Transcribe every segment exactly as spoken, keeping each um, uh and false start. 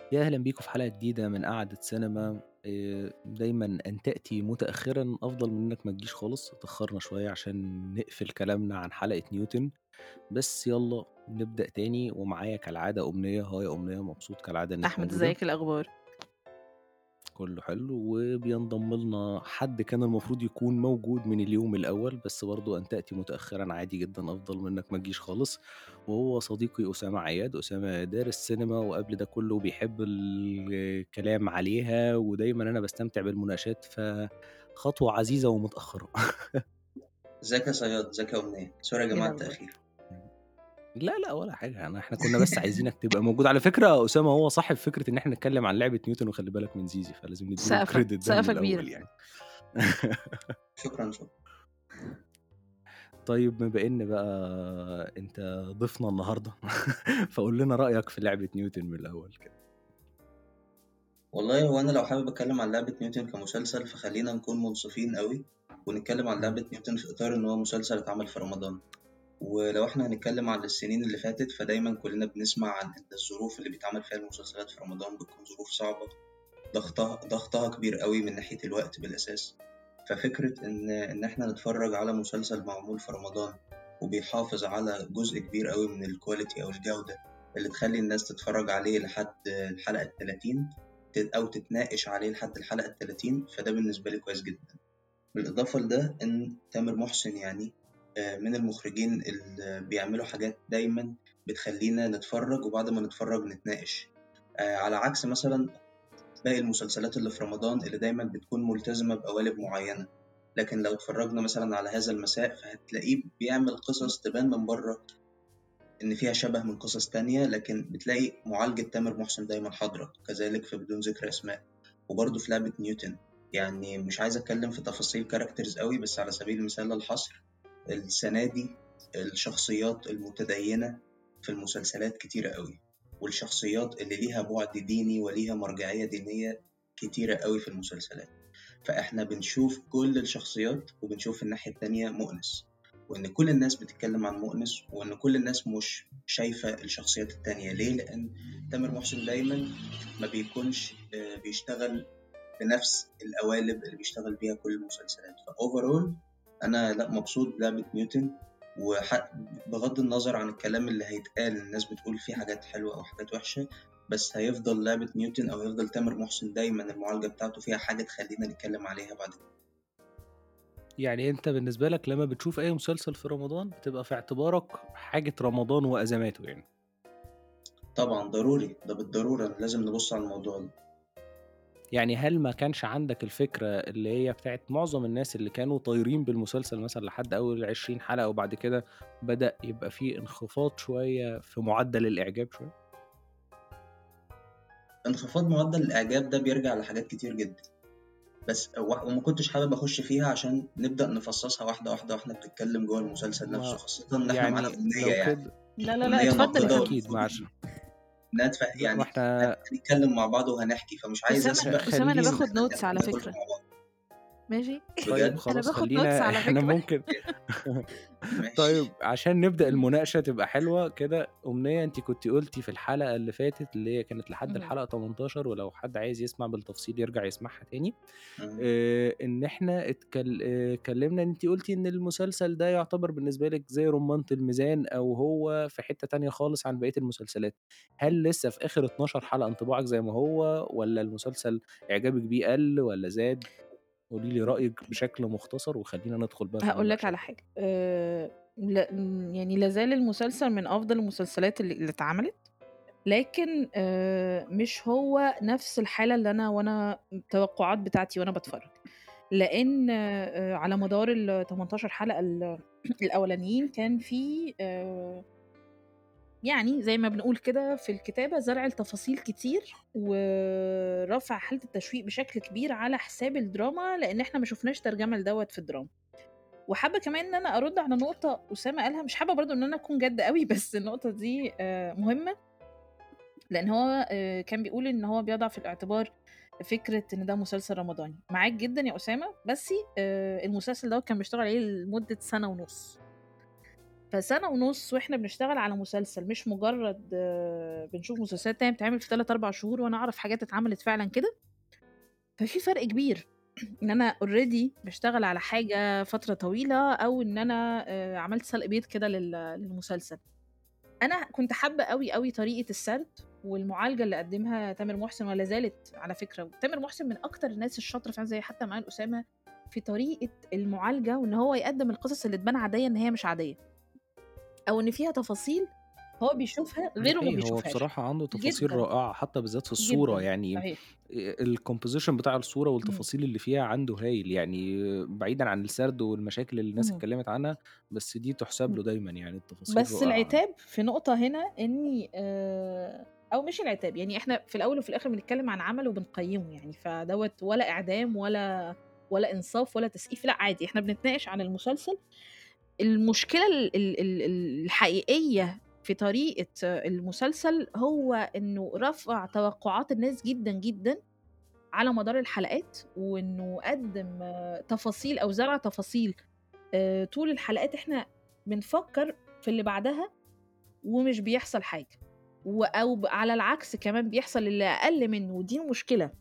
يا أهلا بيكم في حلقة جديدة من قعدة سينما. إيه، دايما أن تأتي متأخرا أفضل من إنك ما تجيش خالص. اتأخرنا شوية عشان نقفل كلامنا عن حلقة نيوتن، بس يلا نبدأ تاني. ومعايا كالعادة أمنية. هاي أمنية، مبسوط كالعادة إنك احمد، موجودة. ازيك؟ الاخبار؟ كله حلو. وبينضم لنا حد كان المفروض يكون موجود من اليوم الأول، بس برضو أن تأتي متأخرا عادي جدا أفضل من إنك ما تجيش خالص. وهو صديقي أسامة عياد. أسامة دارس سينما، وقبل ده كله بيحب الكلام عليها، ودايما أنا بستمتع بالمناقشات، فخطوة عزيزة ومتأخرة. ازيك يا صياد؟ ازيك يا أمنية؟ سوري يا ايه جماعة الاخبار؟ التأخير. لا لا ولا حاجة، أنا إحنا كنا بس عايزينك تبقى موجود. على فكرة أسامة هو صاحب فكرة إن إحنا نتكلم عن لعبة نيوتن، وخلي بالك من زيزي، فلازم نديله سقفة الكريدت ده من سقفة كبيرة. الأول يعني. شكرا شكرا. طيب بما ان بقى انت ضيفنا النهارده فقول لنا رأيك في لعبة نيوتن من الاول كده. والله هو أنا لو حابب أتكلم عن لعبة نيوتن كمسلسل فخلينا نكون منصفين قوي ونتكلم عن مم. لعبة نيوتن في إطار إن هو مسلسل اتعمل في رمضان. ولو إحنا هنتكلم عن السنين اللي فاتت فدايما كلنا بنسمع عن إن الظروف اللي بيتعمل فيها المسلسلات في رمضان بتكون ظروف صعبة، ضغطها ضغطها كبير قوي من ناحية الوقت بالأساس. ففكرة إن إن إحنا نتفرج على مسلسل معمول في رمضان وبيحافظ على جزء كبير قوي من الكواليتي أو الجودة اللي تخلي الناس تتفرج عليه لحد الحلقة التلاتين أو تتناقش عليه لحد الحلقة التلاتين، فده بالنسبة لي كويس جدا. بالإضافة لده إن تامر محسن يعني آه، من المخرجين اللي بيعملوا حاجات دايما بتخلينا نتفرج وبعد ما نتفرج نتناقش، آه، على عكس مثلا باقي المسلسلات اللي في رمضان اللي دايما بتكون ملتزمة بقوالب معينة. لكن لو اتفرجنا مثلا على هذا المساء فهتلاقيه بيعمل قصص تبان من بره إن فيها شبه من قصص تانية، لكن بتلاقي معالجة تامر محسن دايما حاضرة، كذلك في بدون ذكر أسماء. وبرضه في لعبة نيوتن، يعني مش عايز أتكلم في تفاصيل كاركترز قوي، بس على سبيل المثال للحصر السنة دي الشخصيات المتدينة في المسلسلات كتيرة قوي، والشخصيات اللي ليها بعد ديني وليها مرجعية دينية كتيرة قوي في المسلسلات. فإحنا بنشوف كل الشخصيات وبنشوف الناحية التانية مؤنس، وإن كل الناس بتتكلم عن مؤنس، وإن كل الناس مش شايفة الشخصيات التانية. ليه؟ لأن تامر محسن دايما ما بيكونش آه، بيشتغل بنفس القوالب اللي بيشتغل بيها كل المسلسلات. فأوفرول أنا لا مبسوط بلعبة نيوتن، وبغض النظر عن الكلام اللي هيتقال الناس بتقول فيه حاجات حلوة أو حاجات وحشة، بس هيفضل لعبة نيوتن أو هيفضل تامر محسن دايما المعالجة بتاعته فيها حاجة تخلينا نتكلم عليها بعد كده. يعني انت بالنسبة لك لما بتشوف اي مسلسل في رمضان بتبقى في اعتبارك حاجة رمضان وازماته يعني؟ طبعا ضروري، ده بالضرورة لازم نبص على الموضوع ده. يعني هل ما كانش عندك الفكرة اللي هي بتاعت معظم الناس اللي كانوا طايرين بالمسلسل مثلا لحد اول عشرين حلقة، وبعد كده بدأ يبقى فيه انخفاض شوية في معدل الاعجاب شوية؟ انخفاض معدل الإعجاب ده بيرجع لحاجات كتير جدا، بس و- وما كنتش حابب أخش فيها عشان نبدأ نفصصها واحدة واحدة واحنا بنتكلم جوه المسلسل نفسه، ما خاصة إن إحنا معانا يعني أمنية لو يعني كده لا لا لا، أمنية اتفضل يا ناقدة فندم. اكيد والمفروض معش. ندفع لا ما يعني احنا هنتكلم مع بعض وهنحكي، فمش عايز اسامه خ- أسبق اسامه انا إن خلينا. باخد إحنا نوتس على ندخل فكره. مع بعض. ماشي. طيب بجد انا خلاص باخد نوتس خلينا على احنا فكره. ممكن. طيب ماشي. عشان نبدأ المناقشة تبقى حلوة كده، أمنية انت كنت قلتي في الحلقة اللي فاتت اللي هي كانت لحد مهم. الحلقة تمنتاشر، ولو حد عايز يسمع بالتفصيل يرجع يسمعها تاني. مم. اه ان احنا اتكل... اه اتكلمنا ان انت قلتي ان المسلسل ده يعتبر بالنسبة لك زي رمانة الميزان، او هو في حتة تانية خالص عن بقية المسلسلات. هل لسه في اخر اتناشر حلقة انطباعك زي ما هو، ولا المسلسل اعجابك بيه قل ولا زاد؟ قولي لي رأيك بشكل مختصر وخلينا ندخل بقى في هقول لك المناقشة على وكده. حاجه. أه... لا... يعني لازال المسلسل من افضل المسلسلات اللي, اللي اتعملت، لكن أه... مش هو نفس الحاله اللي انا وانا التوقعات بتاعتي وانا بتفرج. لان أه... على مدار ال تمنتاشر حلقه ال- الاولانيين كان في أه... يعني زي ما بنقول كده في الكتابة زرع التفاصيل كتير ورفع حالة التشويق بشكل كبير على حساب الدراما، لأن احنا ما شفناش ترجمة لدوت في الدراما. وحابة كمان ان انا ارد على نقطة أسامة قالها، مش حابة برضو ان انا اكون جد قوي، بس النقطة دي آه، مهمة، لان هو آه، كان بيقول ان هو بيضع في الاعتبار فكرة ان ده مسلسل رمضاني. معاك جدا يا أسامة، بس آه، المسلسل ده كان بيشتغل عليه لمدة سنة ونص. فسنة ونص وإحنا بنشتغل على مسلسل، مش مجرد آه، بنشوف مسلسلات تانية بتتعمل في تلات أربع شهور وأنا أعرف حاجات اتعملت فعلا كده. ففي فرق كبير إن أنا اوريدي بشتغل على حاجة فترة طويلة، أو إن أنا آه، عملت سلق بيض كده لل- للمسلسل. أنا كنت حابة قوي قوي طريقة السرد والمعالجة اللي قدمها تامر محسن، ولا زالت على فكرة. تامر محسن من أكتر الناس الشاطرة فعلا، زي حتى معاه أسامة، في طريقة المعالجة، وإن هو يقدم القصص اللي تبان عادية إن هي مش عادية، أو إن فيها تفاصيل هو بيشوفها ده غيره ما حقيقي، هو بيشوفهاش. بصراحة عنده تفاصيل جدا رائعة حتى بالذات في الصورة، جدا يعني صحيح. الكومبوزيشن بتاع الصورة مم. والتفاصيل اللي فيها عنده هايل، يعني بعيدا عن السرد والمشاكل اللي الناس مم. اتكلمت عنها، بس دي تحسب له دايما، يعني التفاصيل بس رائعة عنده. العتاب في نقطة هنا إني آه، أو مش العتاب، يعني إحنا في الأول وفي الآخر بنتكلم عن عمل وبنقيمه، يعني فدوت ولا إعدام ولا ولا إنصاف ولا تسقيف، لا عادي إحنا بنتناقش عن المسلسل. المشكلة ال- ال- ال- الحقيقية في طريقة المسلسل هو إنه رفع توقعات الناس جدا جدا على مدار الحلقات، وإنه قدم آه، تفاصيل أو زرع تفاصيل آه، طول الحلقات إحنا بنفكر في اللي بعدها ومش بيحصل حاجة، و- أو ب- على العكس كمان بيحصل اللي أقل منه. ودي المشكلة،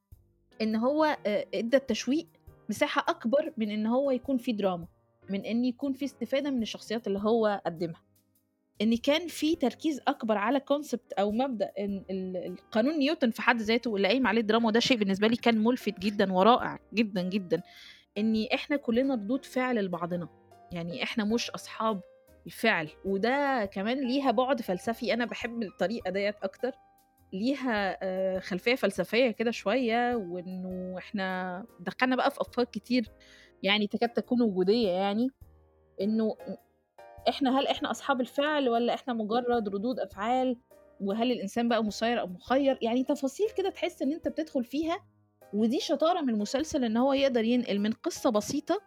إن هو آه، إدى التشويق مساحة أكبر من إن هو يكون في دراما، من إن يكون في استفادة من الشخصيات اللي هو قدمها، إن كان في تركيز أكبر على كونسبت أو مبدأ إن ال- القانون نيوتن في حد ذاته اللي قايم عليه الدراما. وده شيء بالنسبة لي كان ملفت جدا ورائع جدا جدا، إن إحنا كلنا ردود فعل لبعضنا، يعني إحنا مش أصحاب الفعل. وده كمان ليها بعد فلسفي، أنا بحب الطريقة ديت أكتر، ليها آه، خلفية فلسفية كده شوية، وإنه إحنا دخلنا بقى في أفكار كتير يعني تكاد تكون وجودية، يعني إنه إحنا هل إحنا أصحاب الفعل ولا إحنا مجرد ردود أفعال، وهل الإنسان بقى مسير أو مخير، يعني تفاصيل كده تحس إن أنت بتدخل فيها. ودي شطارة من المسلسل، إن هو يقدر ينقل من قصة بسيطة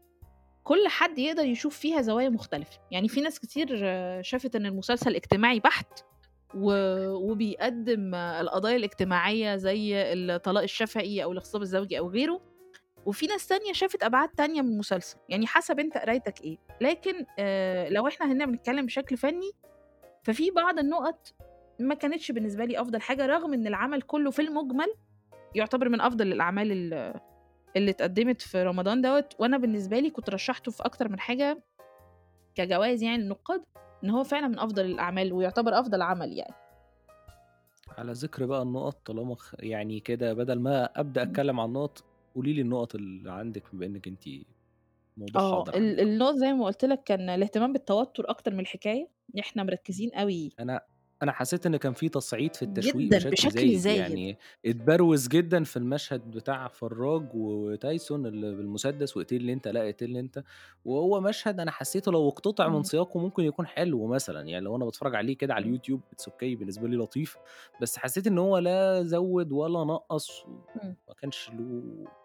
كل حد يقدر يشوف فيها زوايا مختلفة. يعني في ناس كتير آه، شافت إن المسلسل اجتماعي بحت، و- وبيقدم آه، القضايا الاجتماعية زي الطلاق الشفهي أو الاغتصاب الزوجي أو غيره، وفي ناس تانية شافت أبعاد تانية من المسلسل، يعني حسب أنت قرايتك إيه. لكن آه، لو إحنا هنا بنتكلم بشكل فني، ففي بعض النقط ما كانتش بالنسبة لي أفضل حاجة، رغم إن العمل كله في المجمل يعتبر من أفضل الأعمال ال- اللي اتقدمت في رمضان دوت. وأنا بالنسبة لي كنت رشحته في أكتر من حاجة كجوائز يعني النقاد، إن هو فعلا من أفضل الأعمال ويعتبر أفضل عمل يعني. على ذكر بقى النقط، طالما خ- يعني كده بدل ما أبدأ م. أتكلم عن النقط، قولي لي النقط اللي عندك، بما إنك أنت موضوع اه حاضر ال- عندك أهو. النقط زي ما قلت لك كان الاهتمام بالتوتر أكتر من الحكاية، إحنا مركزين قوي أنا أنا حسيت إن كان في تصعيد في التشويق جدا بشكل بشكل زايد، زايد. يعني اتبروز جدا في المشهد بتاع فراج وتايسون اللي بالمسدس، واقتلني أنت، لا اقتلني أنت. وهو مشهد أنا حسيته لو اقتطع من م. سياقه ممكن يكون حلو مثلا، يعني لو أنا بتفرج عليه كده على م. اليوتيوب اتس اوكي بالنسبة لي لطيف. بس حسيت إن هو لا زود ولا نقص، م. ما كانش له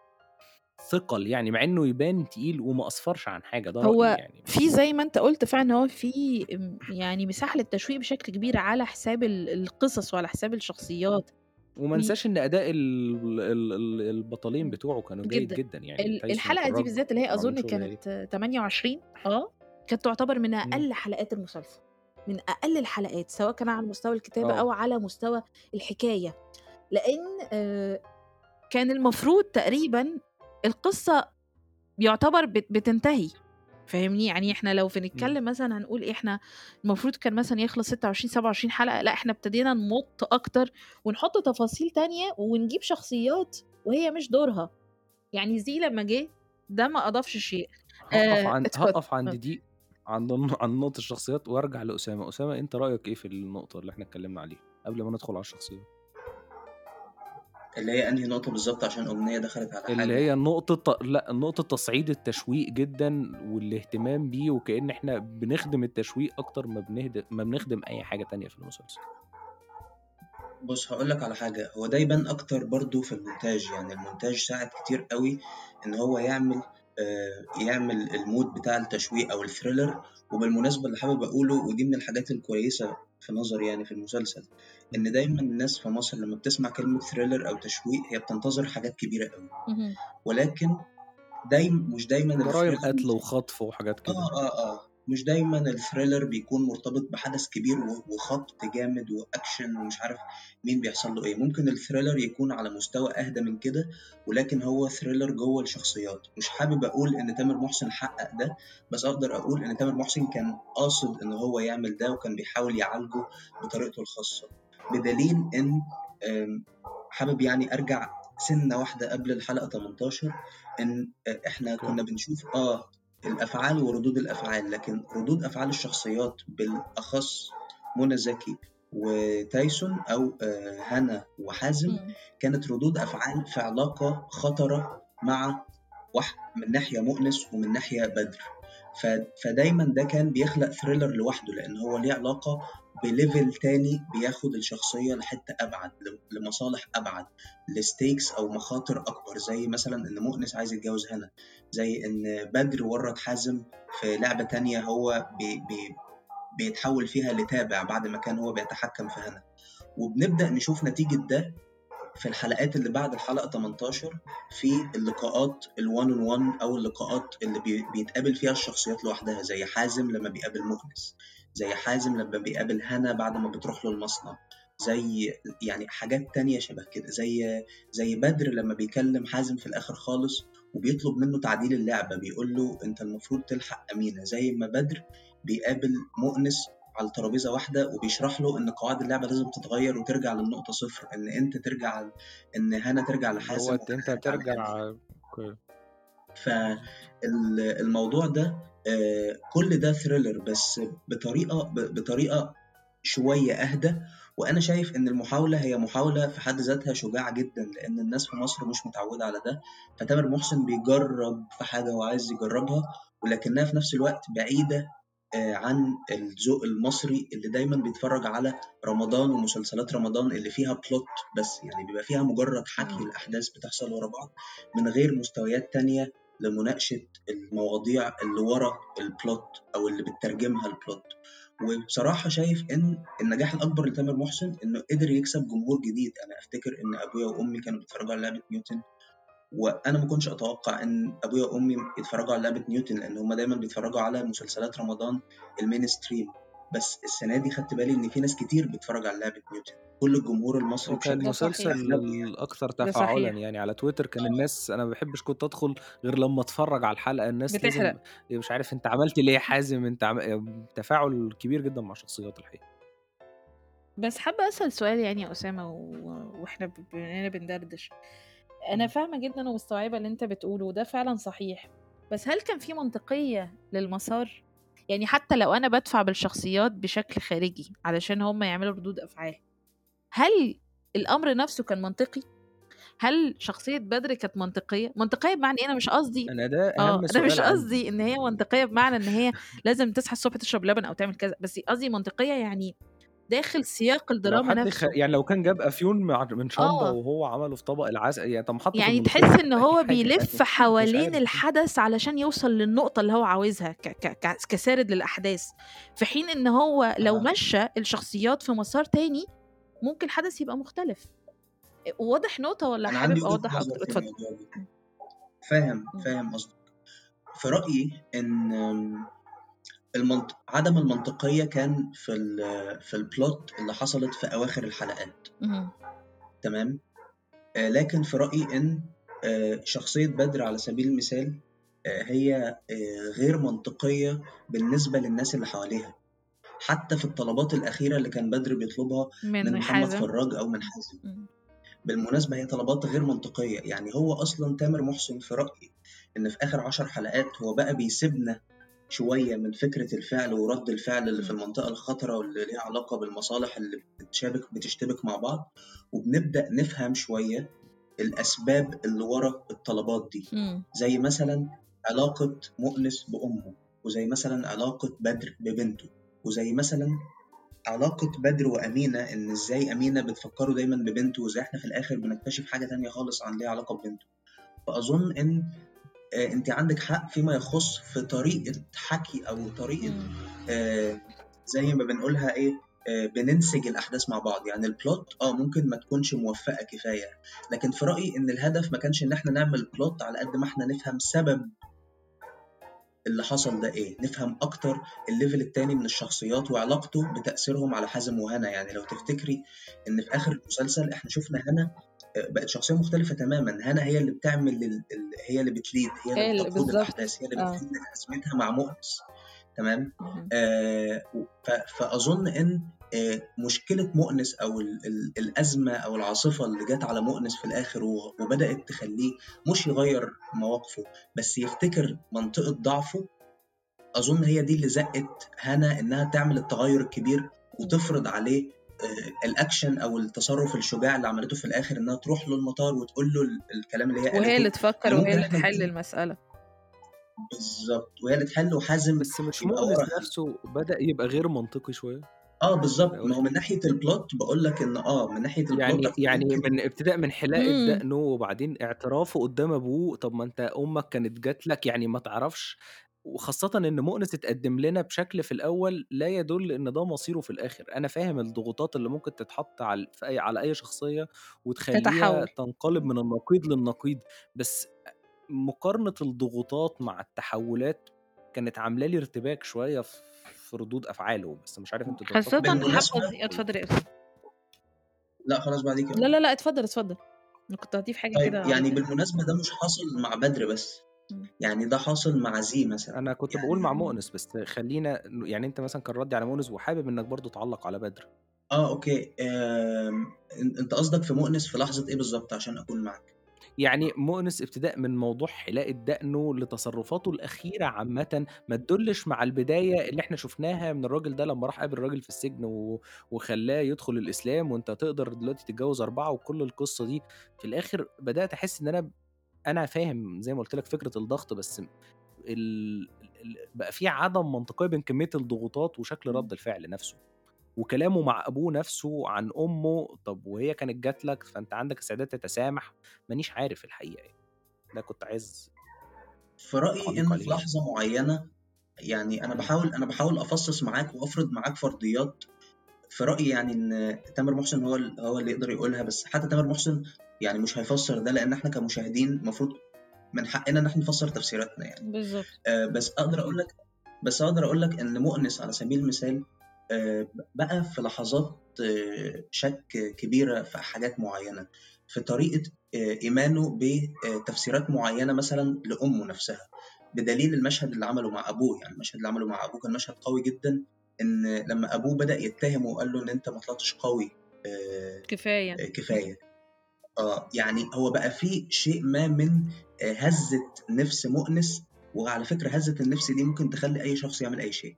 ثقل، يعني مع إنه يبان تقيل وما أسفرش عن حاجة، ده رأيي هو يعني. في زي ما انت قلت فعلا، هو في م- يعني مساحة للتشويق بشكل كبير على حساب ال- القصص وعلى حساب الشخصيات. وما و... ننساش إن أداء ال ال ال البطلين م. بتوعه كانوا جيد جدا. جدًا، يعني ال- تايسون الحلقة دي وفراج بالذات اللي هي عاملين أظن شغل هايل. كانت آه، تمانية وعشرين، اه كانت تعتبر من إمم، أقل حلقات المسلسل، من أقل الحلقات، سواء كان على مستوى الكتابة آه، أو على مستوى الحكاية. لأن آه، كان المفروض تقريبا القصة يعتبر بت بتنتهي، فاهمني؟ يعني إحنا لو إمم، بنتكلم مثلًا هنقول إيه، إحنا المفروض كان مثلًا يخلص ستة وعشرين سبعة وعشرين حلقة، لأ إحنا ابتدينا نمُط أكتر ونحط تفاصيل تانية ونجيب شخصيات وهي مش دورها. يعني زي لمّا جه ده ما أضافش شيء. هاقف آآ عند اتفضل. هاقف عند آه. دي، عند الن عند نقطة الشخصيات وأرجع لأسامة. أسامة أنت رأيك إيه في النقطة اللي إحنا اتكلمنا عليها قبل ما ندخل على الشخصيات؟ اللي هي أنهي نقطة بالظبط عشان أغنية دخلت على اللي حاجة؟ هي نقطة لأ، نقطة تصعيد التشويق جدًا والاهتمام بيه، وكأن إحنا بنخدم التشويق أكتر ما بنهد ما بنخدم أي حاجة تانية في المسلسل. بُص هاقول لك على حاجة، هو ده يبان أكتر برضه في المونتاج، يعني المونتاج ساعد كتير أوي إن هو يعمل آآ يعمل الmood بتاع التشويق أو الthriller. وبالمناسبة اللي حابب أقوله، ودي من الحاجات الكويسة في نظري يعني في المسلسل، إمم، إن دايمًا الناس في مصر لمّا بتسمع كلمة thriller أو تشويق هي بتنتظر حاجات كبيرة أوي، اهم. ولكن دايم مش دايمًا جرايم الthriller قتل وخطف وحاجات كده. آه، آه، آه. مش دايما الثريلر بيكون مرتبط بحدث كبير و- وخبط جامد واكشن ومش عارف مين بيحصل له ايه. ممكن الثريلر يكون على مستوى اهدى من كده، ولكن هو ثريلر جوه الشخصيات. مش حابب اقول ان تامر محسن حقق ده، بس اقدر اقول ان تامر محسن كان قاصد ان هو يعمل ده، وكان بيحاول يعالجه بطريقته الخاصة. بدليل ان آم، حابب يعني ارجع سنة واحدة قبل الحلقة تمنتاشر، ان آه، احنا اوكي. كنا بنشوف اه الافعال وردود الافعال، لكن ردود افعال الشخصيات بالاخص منى زكي وتايسون او آه، هنا وحازم مم. كانت ردود افعال في علاقة خطرة مع واحد، من ناحية مؤنس ومن ناحية بدر. ف- فدايما ده كان بيخلق ثريلر لوحده، لان هو ليه علاقة بليفل تاني، بياخد الشخصية لحتة ابعد، ل- لمصالح ابعد، لستيكس او مخاطر اكبر، زي مثلا ان مؤنس عايز يتجوز هنا، زي ان بدر ورط حازم في لعبة تانية هو بي بي بيتحول فيها لتابع بعد ما كان هو بيتحكم في هنا. وبنبدأ نشوف نتيجة ده في الحلقات اللي بعد الحلقة تمنتاشر، في اللقاءات الوان اون وان او اللقاءات اللي بي بيتقابل فيها الشخصيات لوحدها، زي حازم لما بيقابل مؤنس، زي حازم لما بيقابل هنا بعد ما بتروح له المصنع، زي يعني حاجات تانية شبه كده، زي زي بدر لما بيكلم حازم في الآخر خالص وبيطلب منه تعديل اللعبة، بيقول له انت المفروض تلحق أمينة، زي ما بدر بيقابل مؤنس على ترابيزة واحدة وبيشرح له ان قواعد اللعبة لازم تتغير وترجع للنقطة صفر، ان انت ترجع، ان هنا ترجع اللي هو لحازم انت وهنا انت ترجع لهنا. ترجع. اوكي. بالظبط. فالموضوع ده آه، كل ده ثريلر، بس بطريقة ب- بطريقة شوية أهدى. وأنا شايف إن المحاولة هي محاولة في حد ذاتها شجاعة جدا، لأن الناس في مصر مش متعودة على ده. فتامر محسن بيجرب في حاجة هو عايز يجربها، ولكنها في نفس الوقت بعيدة آه، عن الذوق المصري اللي دايما بيتفرج على رمضان ومسلسلات رمضان اللي فيها بلوت بس، يعني بيبقى فيها مجرد حكي مم. الأحداث بتحصل ورا بعض من غير مستويات تانية لمناقشة المواضيع اللي ورا البلوت أو اللي بتترجمها البلوت. وبصراحة شايف إن النجاح الأكبر لتامر محسن إنه قدر يكسب جمهور جديد. أنا أفتكر إن أبويا وأمي كانوا بيتفرجوا على لعبة نيوتن، وأنا ما كنتش أتوقع إن أبويا وأمي يتفرجوا على لعبة نيوتن، لأن هما دايما بيتفرجوا على مسلسلات رمضان المين ستريم. بس السنة دي خدت بالي إن في ناس كتير بتتفرج على لعبة نيوتن، كل الجمهور المصري وكان بشكل ده مسلسل صحيح، أغلبه يعني. الأكثر ده تفاعلا صحيح. يعني على تويتر. كان الناس، أنا ما بحبش كنت أدخل غير لما أتفرج على الحلقة. الناس لازم، بتحرق. مش عارف أنت عملت ليه يا حازم، أنت عم... تفاعل كبير جدا مع شخصيات الحقيقة. بس حابة أسأل سؤال يعني يا أسامة و... وإحنا ب- بننا بندردش. أنا فاهمة جدا ومستوعبة اللي أنت بتقوله، وده فعلا صحيح. بس هل كان في منطقية للمسار؟ يعني حتى لو أنا بدفع بالشخصيات بشكل خارجي علشان هم يعملوا ردود أفعال، هل الأمر نفسه كان منطقي؟ هل شخصية بدر كانت منطقية؟ منطقية بمعنى إيه؟ أنا مش قصدي أنا ده اه أهم انا مش سؤال عندي. قصدي ان هي منطقيه بمعنى ان هي لازم تصحى الصبح تشرب لبن او تعمل كذا، بس قصدي منطقيه يعني داخل سياق لو الدراما حد خ... نفسه. يعني لو كان جاب أفيون مع... من شامبا اه وهو عمله في طبق العسل، يعني طب ما حطه في يعني الملوخية تحس ان أي هو حاجة بيلف يعني. مش حوالين عارف. الحدث علشان يوصل للنقطة اللي هو عاوزها ك ك ك كسارد للأحداث، في حين ان هو لو أها. مشى الشخصيات في مسار تاني ممكن الحدث يبقى مختلف. واضح نقطة ولا أنا عندي حابب وجهة أوضح نظر أكتر؟ في اتفضل. الموضوع ده. فاهم م- فاهم قصدك. في رأيي إن المنطق عدم المنطقية كان في ال في البلوت اللي حصلت في أواخر الحلقات. م- تمام. آه لكن في رأيي إن آه شخصية بدر على سبيل المثال آه هي آه غير منطقية بالنسبة للناس اللي حواليها، حتى في الطلبات الأخيرة اللي كان بدر بيطلبها من من محمد حازم. فراج أو من حازم. م- بالمناسبة هي طلبات غير منطقية. يعني هو أصلا تامر محسن في رأيي إن في آخر عشر حلقات هو بقى بيسيبنا شوية من فكرة الفعل ورد الفعل اللي في م- المنطقة الخطرة واللي ليها علاقة بالمصالح اللي بتشابك بتشتبك مع بعض، وبنبدأ نفهم شوية الأسباب اللي ورا الطلبات دي، م- زي مثلا علاقة مؤنس بأمه، وزي مثلا علاقة بدر ببنته، وزي مثلا علاقة بدر وأمينة، إن إزاي أمينة بتفكره دايما ببنته، وإزاي إحنا في الآخر بنكتشف حاجة تانية خالص عن ليها علاقة ببنته. فأظن إن آه، أنت عندك حق فيما يخص في طريقة حكي أو طريقة م- آه، زي ما بنقولها إيه، آه، بننسج الأحداث مع بعض. يعني البلوت آه ممكن ما تكونش موفقة كفاية، لكن في رأيي إن الهدف ما كانش إن إحنا نعمل بلوت على قد ما إحنا نفهم سبب اللي حصل ده ايه، نفهم اكتر الليفل التاني من الشخصيات وعلاقته بتأثيرهم على حازم وهنا. يعني لو تفتكري ان في اخر المسلسل احنا شفنا هنا آه، بقت شخصية مختلفة تماما. هنا هي اللي بتعمل ال... ال... هي اللي بتليد، هي اللي هي ال بتقود بالضبط، الاحداث، هي اللي آه. بتحل ازمتها مع مؤنس. تمام. اهم. آه ف- فاظن ان آه مشكله مؤنس او ال ال الازمه او العاصفه اللي جت على مؤنس في الاخر و- وبدات تخليه مش يغير مواقفه بس يفتكر منطقه ضعفه. اظن هي دي اللي زقت هنا انها تعمل التغير الكبير إمم. وتفرض عليه آه الاكشن او التصرف الشجاع اللي عملته في الاخر، انها تروح له المطار وتقول له ال- الكلام اللي هي وهي قالته. اللي تفكّر اللي وهي ممكن اللي احنا تحل نكون المسألة. بالظبط، وهي اللي تحل وحازم بس مش يبقى مؤنس وراها. نفسه بدأ يبقى غير منطقي شوية اه في بالظبط، ما هو الأواخر؟ من ناحيه البلوت بقول لك ان اه من ناحيه البلوت يعني يعني ممكن. من ابتداء من حلاقة إمم. دقنه وبعدين اعترافه قدام أبوه، طب ما أنت أمك كانت جات لك يعني ما تعرفش، وخاصةً إن مؤنس اتقدم لنا بشكل في الأول لا يدل إن ده مصيره في الآخر. أنا فاهم الضغوطات اللي ممكن تتحط على في أي على أي شخصية وتخلّيها كتحوّل. تنقلب من النقيض للنقيض، بس مقارنة الضغوطات مع التحولات كانت عاملة لي ارتباك شوية ف في ردود أفعاله، بس مش عارف أنتم خاصةً تتفقوا والّا بالمناسبه حتى والّا اتفضل يا أسامة. لا خلاص بعديك يا لا، أم. لا، لأ، اتفضل، اتفضل. أنا كنت هاضيف حاجة طيب كده يعني عبيطة. بالمناسبه ده مش حاصل مع بدر بس، إمم. يعني ده حاصل مع زي مثلا. أنا كنت باقول يعني مع إمم. مؤنس، بس خلّينا ن يعني أنت مثلًا كان ردي على مؤنس وحابب إنك برضه تعلّق على بدر. اه اوكي آم، إن- انت قصدك في مؤنس في لحظه ايه بالظبط عشان اكون معاك؟ يعني مؤنس ابتداء من موضوع حلاقة دقنه لتصرفاته الأخيرة عامةً ما تدُلِّش مع البداية اللي إحنا شُفناها من الراجل ده لمّا راح قابل الراجل في السجن و وخلّاه يدخل الإسلام وأنت تقدر دلوقتي تتجوّز أربعة وكل القصة دي. في الآخر بدأت أحس إن أنا أنا فاهم زي ما قُلت لك فكرة الضغط، بس ال ال ال بقى في عدم منطقية بين كمية الضغوطات وشكل رَد إمم. الفعل نَفْسه. وكلامه مع أبوه نفسه عن أمه، طب وهي كانت جات لك فأنت عندك استعداد تتسامح، مانيش عارف الحقيقة يعني، ده كنت عايز في رايي تعليق ان في عليه يعني. لحظه معينه، يعني انا إمم. بحاول انا بحاول افصص معاك وافرض معاك فرضيات. في رايي يعني ان تامر محسن هو ال- هو اللي يقدر يقولها، بس حتى تامر محسن يعني مش هيفسر ده، لان احنا كمشاهدين المفروض من حقنا ان احنا نفسر تفسيراتنا يعني. بالضبط. آه بس اقدر اقول لك بس اقدر اقول لك ان مؤنس على سبيل المثال آه بقى في لحظات آه شك كبيره في حاجات معينه، في طريقه آه ايمانه بتفسيرات معينه مثلا لامه نفسها، بدليل المشهد اللي عمله مع ابوه. يعني المشهد اللي عمله مع ابوه كان مشهد قوي جدا، ان لما ابوه بدا يتهمه وقال له ان انت ما طلعتش قوي آه كفاية. آه، كفايه. اه يعني هو بقى في شيء ما من آه، هزة نفس مؤنس. وعلى فكرة هزة النفس دي ممكن تخلي أي شخص يعمل أي شيء.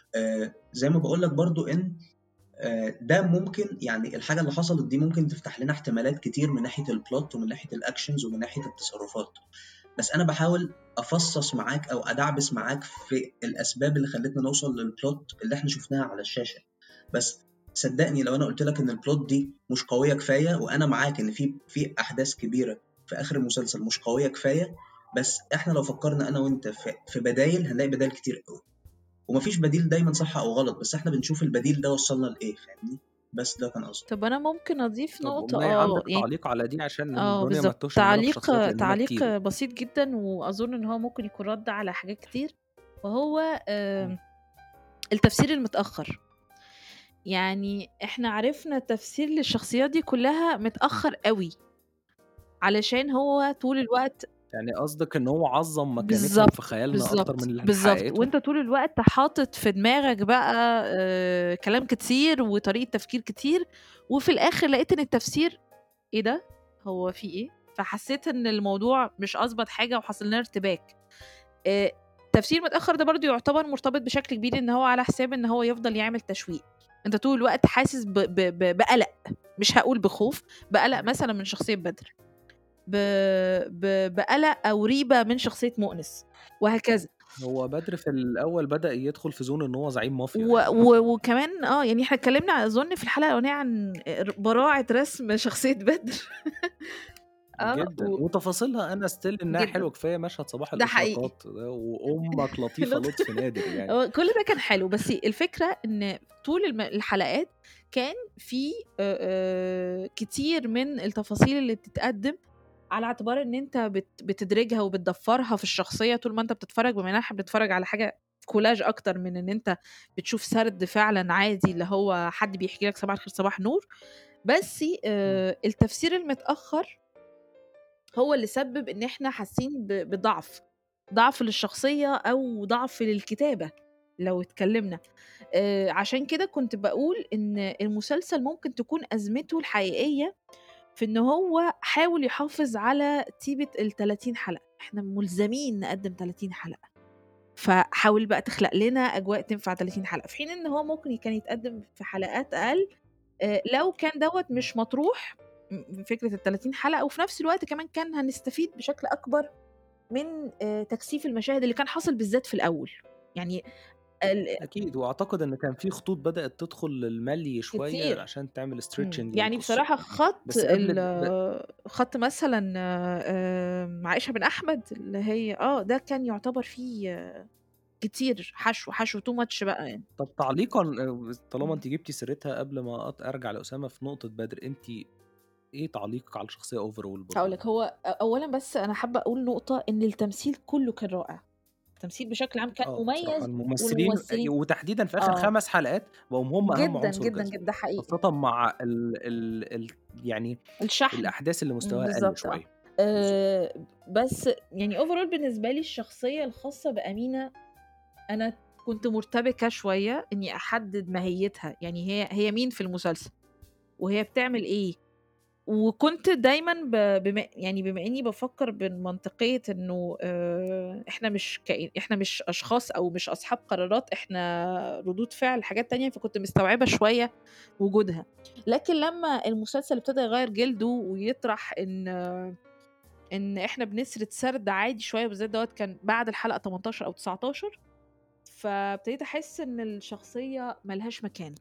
آه زي ما بقول لك برضو إن آه ده ممكن، يعني الحاجة اللي حصلت دي ممكن تفتح لنا احتمالات كتير من ناحية البلوت ومن ناحية الأكشنز ومن ناحية التصرفات. بس أنا بحاول أفصص معاك أو أدعبس معاك في الأسباب اللي خلتنا نوصل للبلوت اللي إحنا شفناها على الشاشة. بس صدقني لو انا قلت لك ان البلوت دي مش قويه كفايه، وانا معاك ان في في احداث كبيره في اخر المسلسل مش قويه كفايه، بس احنا لو فكرنا انا وانت في, في بدايل هنلاقي بدايل كتير قوي. ومفيش بديل دايما صح او غلط، بس احنا بنشوف البديل ده وصلنا لايه، فاهمني؟ بس ده كان قصدي. طب أنا ممكن أضيف طب نقطة والله آه، عندك يعني تعليق على دي عشان آه الدنيا ما بالضبط، تتوهش مننا في تعليق الشخصيات لأن هُم تعليق كتير. بسيط جدًا وأظن إن هو ممكن يكون رَد على حاجات كتير، وهو إمم. آمم التفسير المتأخّر. يعني إحنا عرفنا تفسير للشخصيات دي كلّها متأخّر أوي، علشان هو طول الوقت يعني قصدك إن هو عظّم مكانتهم في بالضبط، خيالنا أكتر من بالضبط، اللي بالضبط، حققته؟ وأنت طول الوقت حاطط في دماغك بقى آآ كلام كتير وطريقة تفكير كتير، وفي الآخر لقيت إن التفسير إيه ده! هو في إيه؟ فحسيت إن الموضوع مش أظبط حاجة وحصل لنا ارتباك. آآ تفسير متأخّر ده برضه يعتبر مرتبط بشكل كبير إن هو على حساب إن هو يفضل يعمل تشويق. أنت طول الوقت حاسس ب ب ب بقلق، مش هاقول بخوف، بقلق مثلًا من شخصية بدر، ب ب بقلق أو ريبة من شخصية مؤنس، وهكذا. هو بدر في الأول بدأ يدخل في zone إن هو زعيم مافيا و يعني. و وكمان آه، يعني إحنا اتكلّمنا أظن في الحلقة الأولانية عن ر براعة رسم شخصية بدر. آه، جدًا، و وتفاصيلها أنا still إنها جدًا، حلوة، كفاية مشهد صباح ده حقيقي. الإشراقات ده وأمك لطيفة لط لطف نادر يعني. هو كل ده كان حلو، بس الفكرة إن طول الم الحلقات كان في آآ آآ كتير من التفاصيل اللي بتتقدّم على اعتبار ان انت بت بتدرجها وبتضفرها في الشخصيه طول ما انت بتتفرج، بما ان احنا بنتفرج على حاجه كولاج اكتر من ان انت بتشوف سرد فعلا عادي اللي هو حد بيحكي لك صباح الخير صباح نور. بس مم. آه التفسير المتاخر هو اللي سبب ان احنا حاسين ب- بضعف ضعف للشخصيه او ضعف للكتابه لو اتكلمنا. آه عشان كده كنت بقول ان المسلسل ممكن تكون ازمته الحقيقيه في ان هو حاول يحافظ على تيبة ال ثلاثين حلقة، احنا ملزمين نقدم ثلاثين حلقة، فحاول بقى تخلق لنا اجواء تنفع ثلاثين حلقة، في حين ان هو ممكن كان يتقدم في حلقات اقل آه، لو كان دوت مش مطروح م- فكرة ال ثلاثين حلقة، وفي نفس الوقت كمان كان هنستفيد بشكل اكبر من آه، تكثيف المشاهد اللي كان حاصل بالذات في الاول يعني ال- أكيد، وأعتقد إن كان في خطوط بدأت تدخل للملي شوية كتير. عشان تعمل إمم. stretching يعني للقصة. بصراحة خَط بس قبل ب... ال خَط مثلًا آمم، عائشة بن أحمد اللي هي آه، ده كان يُعتبر فيه كتير حشو، حشو too much بقى يعني. طب تعليقا آه، طالما إمم. أنت جبتي سيرتها قبل ما أط- أرجع لأسامة في نقطة بدر، أنت إيه تعليقك على الشخصية overall هاقول برضو؟ لك، هو أ أولًا بس أنا حابة أقول نقطة إن التمثيل كُلّه كان رائع، التمثيل بشكل عام كان اه بصراحة مميز الممثلين والممثلين وتحديدا في آخر آه، خمس حلقات بقوا هم أهم جدًا، عنصر جدًا، جذب، جدًا، ده حقيقي. خاصة مع ال ال ال يعني الشحن. الأحداث اللي إمم، مستواها قل بالضبط آه. شوية. بالظبط. آآ، بس يعني overall بالنسبة لي الشخصية الخاصة بأمينة أنا كنت مرتبكة شوية إني أحدد ماهيتها، يعني هي هي مين في المسلسل، وهي بتعمل إيه، وكنت دايمًا ب بما يعني بما إني بافكر بمنطقية إنه آآ إحنا مش كائن إحنا مش أشخاص أو مش أصحاب قرارات، إحنا ردود فعل حاجات تانية، فكنت مستوعبة شوية وجودها. لكن لمّا المسلسل ابتدى يغيّر جلده ويطرح إن إن إحنا بنسرد سرد عادي شوية، بالذات دوّة كان بعد الحلقة تمنتاشر أو تسعتاشر، فابتديت أحس إن الشخصية ما لهاش مكان.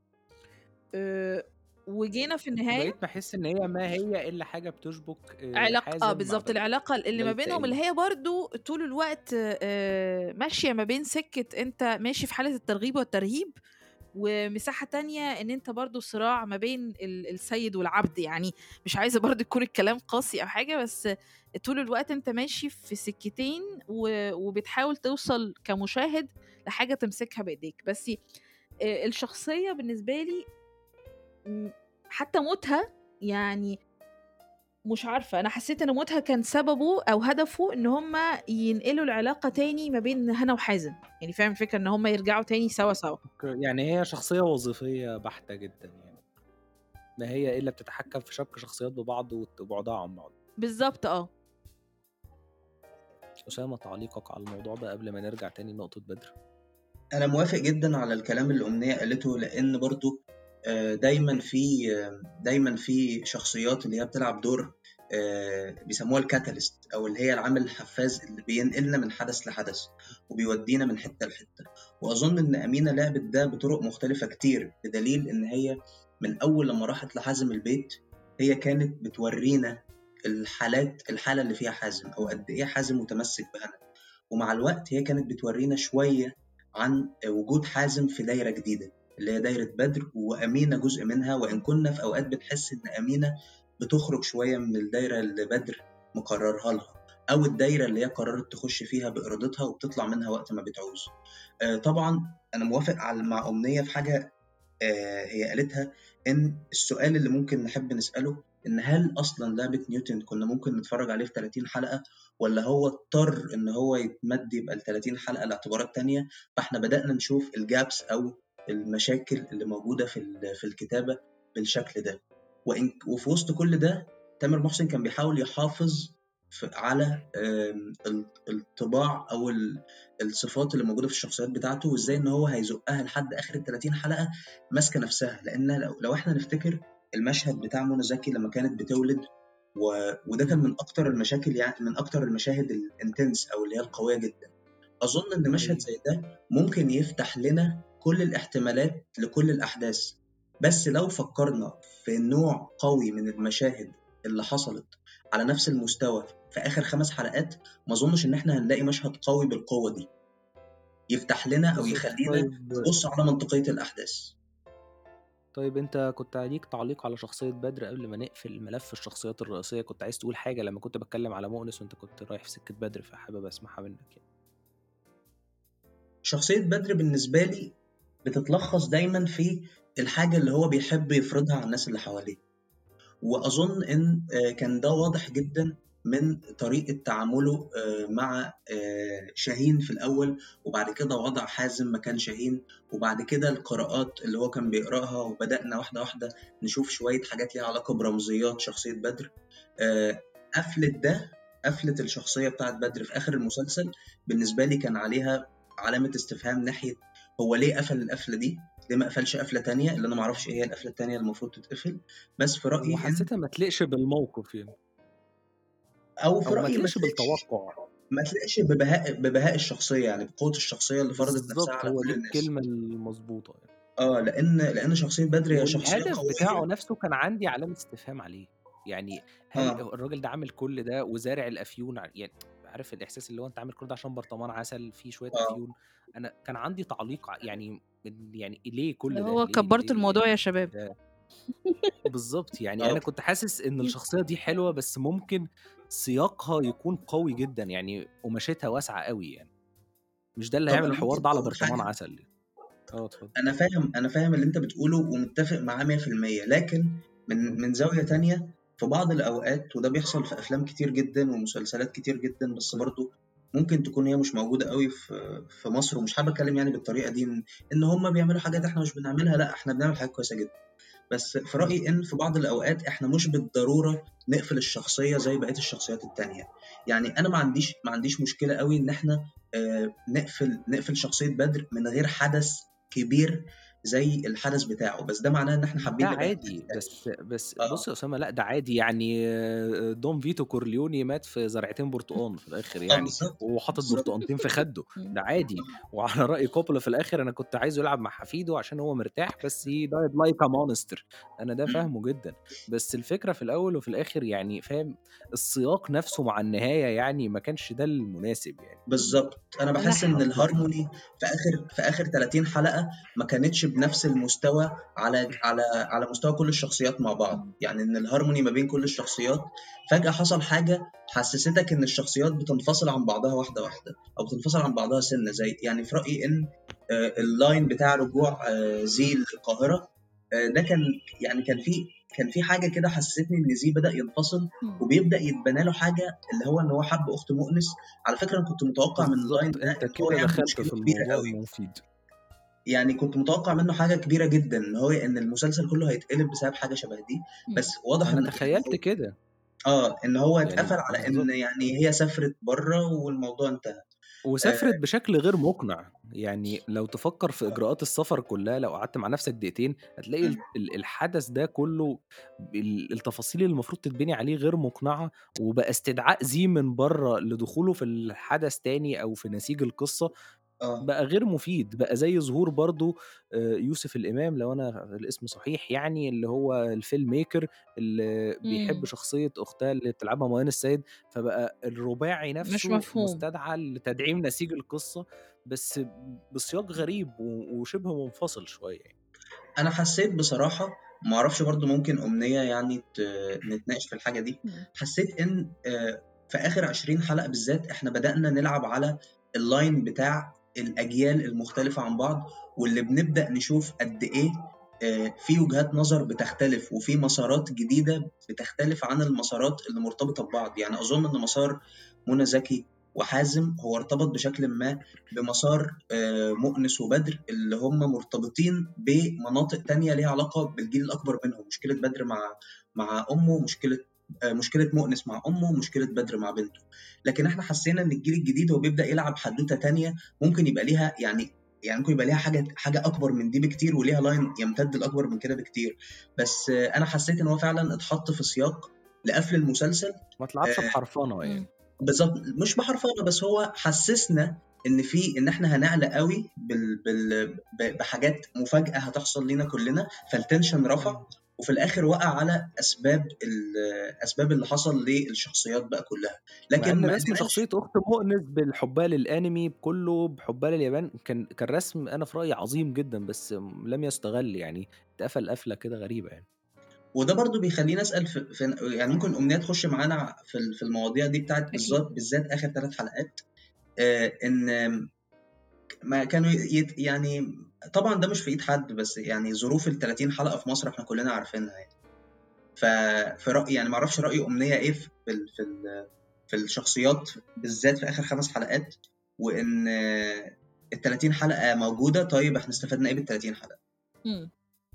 آآ وجينا في النهاية وبقيت بحس إن هي ما هي إلا حاجة بتشبك آه، علاقة آه حازم مع بالضبط، بدر، العلاقة اللي ده ما بينهم اللي بالتقريب. هي برضه طول الوقت آآ ماشية ما بين سكة أنت ماشي في حالة الترغيب والترهيب، ومساحة تانية إن أنت برضه صراع ما بين ال السيد والعبد، يعني مش عايزة برضه يكون الكلام قاسي أو حاجة، بس طول الوقت أنت ماشي في سكتين و وبتحاول توصل كمشاهد لحاجة تمسكها بإيديك، بس آآ الشخصية بالنسبة لي م حتى موتها يعني مش عارفة، أنا حسّيت إن موتها كان سببه أو هدفه إن هُم ينقلوا العلاقة تاني ما بين هنا وحازم، يعني فاهم الفكرة إن هُم يرجعوا تاني سَوا، سَوا. أوكي، يعني هي شخصية وظيفية بحتة جدا يعني، ما هي إلا بتتحكم في شبك شخصيات ببعض وت- وبعضها عن بعض. بالضبط آه. أسامة تعليقك على الموضوع ده قبل ما نرجع تاني لنقطة بدر؟ أنا موافق جدا على الكلام اللي أمنية قالته، لأن برضو آه، دايما في آه، دايما في شخصيات اللي هي بتلعب دور آه، بيسموها الكاتاليست، أو اللي هي العامل الحفاز اللي بينقلنا من حدث لحدث وبيودينا من حتة لحتة. وأظن إن أمينة لعبت ده بطرق مختلفة كتير، بدليل إن هي من أول لما راحت لحازم البيت هي كانت بتورينا الحالات الحالة اللي فيها حازم، أو قد إيه حازم متمسك بهنا. ومع الوقت هي كانت بتورينا شوية عن وجود حازم في دايرة جديدة اللي هي دايرة بدر، وأمينة جزء منها، وإن كنا في أوقات بتحس إن أمينة بتخرج شوية من الدايرة اللي بدر مقررها لها، أو الدايرة اللي هي قررت تخش فيها بإرادتها وبتطلع منها وقت ما بتعوز. آه طبعا أنا موافق على مع أمنية في حاجة آه هي قالتها، إن السؤال اللي ممكن نحب نسأله إن هل أصلا لعبة نيوتن كنا ممكن نتفرج عليه في ثلاثين حلقة، ولا هو اضطر إن هو يتمد يبقى ال ثلاثين حلقة لاعتبارات تانية. فإحنا بدأنا نشوف الجابس أو المشاكل اللي موجودة في في الكتابة بالشكل ده. وإن وفي وسط كل ده تامر محسن كان بيحاول يحافظ على الطباع أو الصفات اللي موجودة في الشخصيات بتاعته، وإزاي إن هو هيزقها لحد آخر ال ثلاثين حلقة ماسكة نفسها. لأن لو, لو إحنا نفتكر المشهد بتاع منى زكي لما كانت بتولد، و... وده كان من أكتر المشاكل، يعني من أكتر المشاهد الانتنس أو اللي هي القوية جدا. أظن إن مشهد زي ده ممكن يفتح لنا كل الاحتمالات لكل الأحداث، بس لو فكرنا في نوع قوي من المشاهد اللي حصلت على نفس المستوى في آخر خمس حلقات، ما أظنش إن إحنا هنلاقي مشهد قوي بالقوة دي يفتح لنا أو بالظبط. يخلينا طيب نبص على منطقية الأحداث. طيب أنت كنت ليك تعليق على شخصية بدر قبل ما نقفل ملف الشخصيات الرئيسية، كنت عايز تقول حاجة لما كنت بتكلم على مؤنس وأنت كنت رايح في سكة بدر، فحابب أسمعها منك يعني. شخصية بدر بالنسبة لي بتتلخص دايما في الحاجة اللي هو بيحب يفرضها على الناس اللي حواليه، وأظن إن آه، كان ده واضح جدا من طريقة تعامله آه، مع آه، شاهين في الأول، وبعد كده وضع حازم مكان شاهين، وبعد كده القراءات اللي هو كان بيقرأها، وبدأنا واحدة واحدة نشوف شوية حاجات ليها علاقة برمزيات شخصية بدر. آه، قفلة ده قفلة الشخصية بتاعت بدر في آخر المسلسل بالنسبة لي كان عليها علامة استفهام ناحية هو ليه قفل القفلة دي، ليه ما قفلش قفلة تانية اللي أنا معرفش إيه هي القفلة التانية اللي المفروض تتقفل. بس في رأيي إن وحسيتها ما تليقش بالموقف يعني، أو في أو ما رأيي ما تليقش تلاقيش بالتوقع. ما تلاقيش ببهاء ببهاء الشخصية، يعني بقوة الشخصية اللي فرضت نفسها بالظبط، على هو كل دي الناس. الكلمة المظبوطة يعني. اه لأن لأن شخصية بدر هي شخصية والهدف بتاعه قوية. نفسه كان عندي علامة استفهام عليه، يعني هل اه الراجل ده عامل كل ده وزارع الأفيون ع- يعني عارف الإحساس اللي هو أنت عامل كل ده عشان برطمان عسل فيه شوية اه أفيون. أنا كان عندي تعليق ع- يعني يعني ليه كل اللي ده، هو ليه كبرت ليه الموضوع يا يعني شباب. ده بالظبط. يعني اه أنا كنت حاسس إن الشخصية دي حلوة، بس ممكن سياقها يكون قوي جدا، يعني قماشتها واسعة قوي يعني، مش ده اللي طب هيعمل أنا الحوار ممكن ده على أقول برطمان حاجة. عسل. اه اتفضل. أنا فاهم أنا فاهم اللي أنت بتقوله ومتفق معاه مية في المية، لكن من من زاوية تانية في بعض الأوقات، وده بيحصل في أفلام كتير جدا ومسلسلات كتير جدا، بس اوكي. برضو ممكن تكون هي مش موجودة قوي في في مصر، ومش حابب أتكلم يعني بالطريقة دي إن إن هم بيعملوا حاجات إحنا مش بنعملها، لا إحنا بنعمل حاجات كويسة جدا. بس في مم. رأيي إن في بعض الأوقات إحنا مش بالضرورة نقفل الشخصية زي بقية الشخصيات التانية. يعني أنا ما عنديش ما عنديش مشكلة قوي إن إحنا آه، نقفل نقفل شخصية بدر من غير حدث كبير زي الحدث بتاعه، بس ده معناه إن إحنا ده حابين نبيعها عادي، بس بس آه بص يا أسامة، لا ده عادي يعني. آه، دون فيتو كورليوني مات في زرعتين برتقان في الآخر آه يعني، بالظبط وهو حاطط بالظبط برتقانتين في خده، مم. ده عادي. وعلى رأي كوبولا في الآخر أنا كنت عايزه يلعب مع حفيده عشان هو مرتاح، بس هي دايد لايك ا مونستر. أنا ده مم. فاهمه جدا. بس الفكرة في الأول وفي الآخر يعني فاهم، السياق نفسه مع النهاية يعني ما كانش ده المناسب يعني. بالظبط انا انا بحس ح... ان حطيت الهارموني في اخر في اخر ثلاثين حلقه ما كانتش بنفس المستوى على على على مستوى كل الشخصيات مع بعض، يعني ان الهارموني ما بين كل الشخصيات فجاه حصل حاجه حسستك ان الشخصيات بتنفصل عن بعضها واحده واحده، او بتنفصل عن بعضها سنه، زي يعني في رايي ان آه، اللاين بتاع رجوع آه، زي للقاهره، آه، ده كان يعني كان في كان في حاجه كده حسستني ان زي بدا ينفصل، مم. وبيبدا يتبنى له حاجه اللي هو ان هو حب اخت مؤنس. على فكرة أنا كنت متوقع من اللاين بالظبط، ده أنت إن هو كده يعمل دخلت مشكلة في كبيرة الموضوع قوي، المفيد. يعني كنت متوقع منه حاجة كبيرة جدا إن هو إن المسلسل كله هيتقلب بسبب حاجة شبه دي، مم. بس واضح أنا إن يعني تخيلت هو كده آه إن هو اتقفل يعني، على إن بالظبط. يعني هي سافرت بره والموضوع انتهى. آه وسافرت بشكل غير مقنع، يعني لو تفكر في إجراءات السفر كلها، لو قعدت مع نفسك دقيقتين هتلاقي ال- م- ال- الحدث ده كله، ال- التفاصيل اللي المفروض تتبني عليه غير مقنعة، وبقى استدعاء زي من بره لدخوله في الحدث تاني أو في نسيج القصة آه بقى غير مفيد. بقى زي ظهور برضو آه، يوسف الإمام لو أنا الاسم صحيح، يعني اللي هو الفيلم ميكر اللي بيحب مم. شخصية أختها اللي بتلعبها ميان السيد، فبقى الرباعي مش نفسه مفهوم. مستدعى لتدعيم نسيج القصة، بس بسياق غريب و- وشبه منفصل شوية يعني. أنا حسيت بصراحة، معرفش برضو ممكن أمنية يعني ت- نتناقش في الحاجة دي. مم. حسيت إن آه في آخر عشرين حلقة بالذات إحنا بدأنا نلعب على اللاين بتاع الأجيال المختلفة عن بعض، واللي بنبدأ نشوف قد إيه آه، في وجهات نظر بتختلف وفي مسارات جديدة بتختلف عن المسارات اللي مرتبطة ببعض. يعني أظن إن مسار منى زكي وحازم هو ارتبط بشكل ما بمسار آه، مؤنس وبدر، اللي هم مرتبطين بمناطق تانية ليها علاقة بالجيل الأكبر منهم، مشكلة بدر مع مع أمه، مشكلة آه، مشكلة مؤنس مع أمه، مشكلة بدر مع بنته. لكن احنا حسينا ان الجيل الجديد هو بيبدأ يلعب حدوتة تانية، ممكن يبقى ليها يعني يعني ممكن يبقى ليها حاجة حاجة أكبر من دي بكتير، وليها لاين يمتد لأكبر من كده بكتير. بس آه، أنا حسيت إن هو فعلا اتحط في سياق لقفل المسلسل. ما تلعبش آه، بحرفنة مم. يعني. بالظبط مش بحرفنة، بس هو حسسنا ان في ان احنا هنعلى قوي بال... بال... ب- بحاجات مفاجأة هتحصل لنا كلنا، فالتنشن رفع. مم. وفي الاخر وقع على اسباب الاسباب اللي حصل للشخصيات بقى كلها، مع لكن ان ما رسم قدرش. شخصيه اخت مؤنس بالحبال الانمي بكله بحبال اليابان كان كان رسم انا في رايي عظيم جدا، بس لم يستغل، يعني اتقفل قفله كده غريبه يعني. وده برضو بيخليني اسال في, في يعني ممكن امنيه تخش معانا في ال- في المواضيع دي بتاعت اكيد. بالذات بالذات اخر ثلاث حلقات. آه ان ما كانوا يت يعني طبعا ده مش في ايد حد، بس يعني ظروف ال ثلاثين حلقه في مصر احنا كلنا عارفينها يعني. ف في رأي يعني ما اعرفش راي امنيه ايه في ال في ال في الشخصيات بالذات في اخر خمس حلقات، وان آه، ال ثلاثين حلقه موجوده. طيب احنا استفدنا ايه بال ثلاثين حلقه؟ امم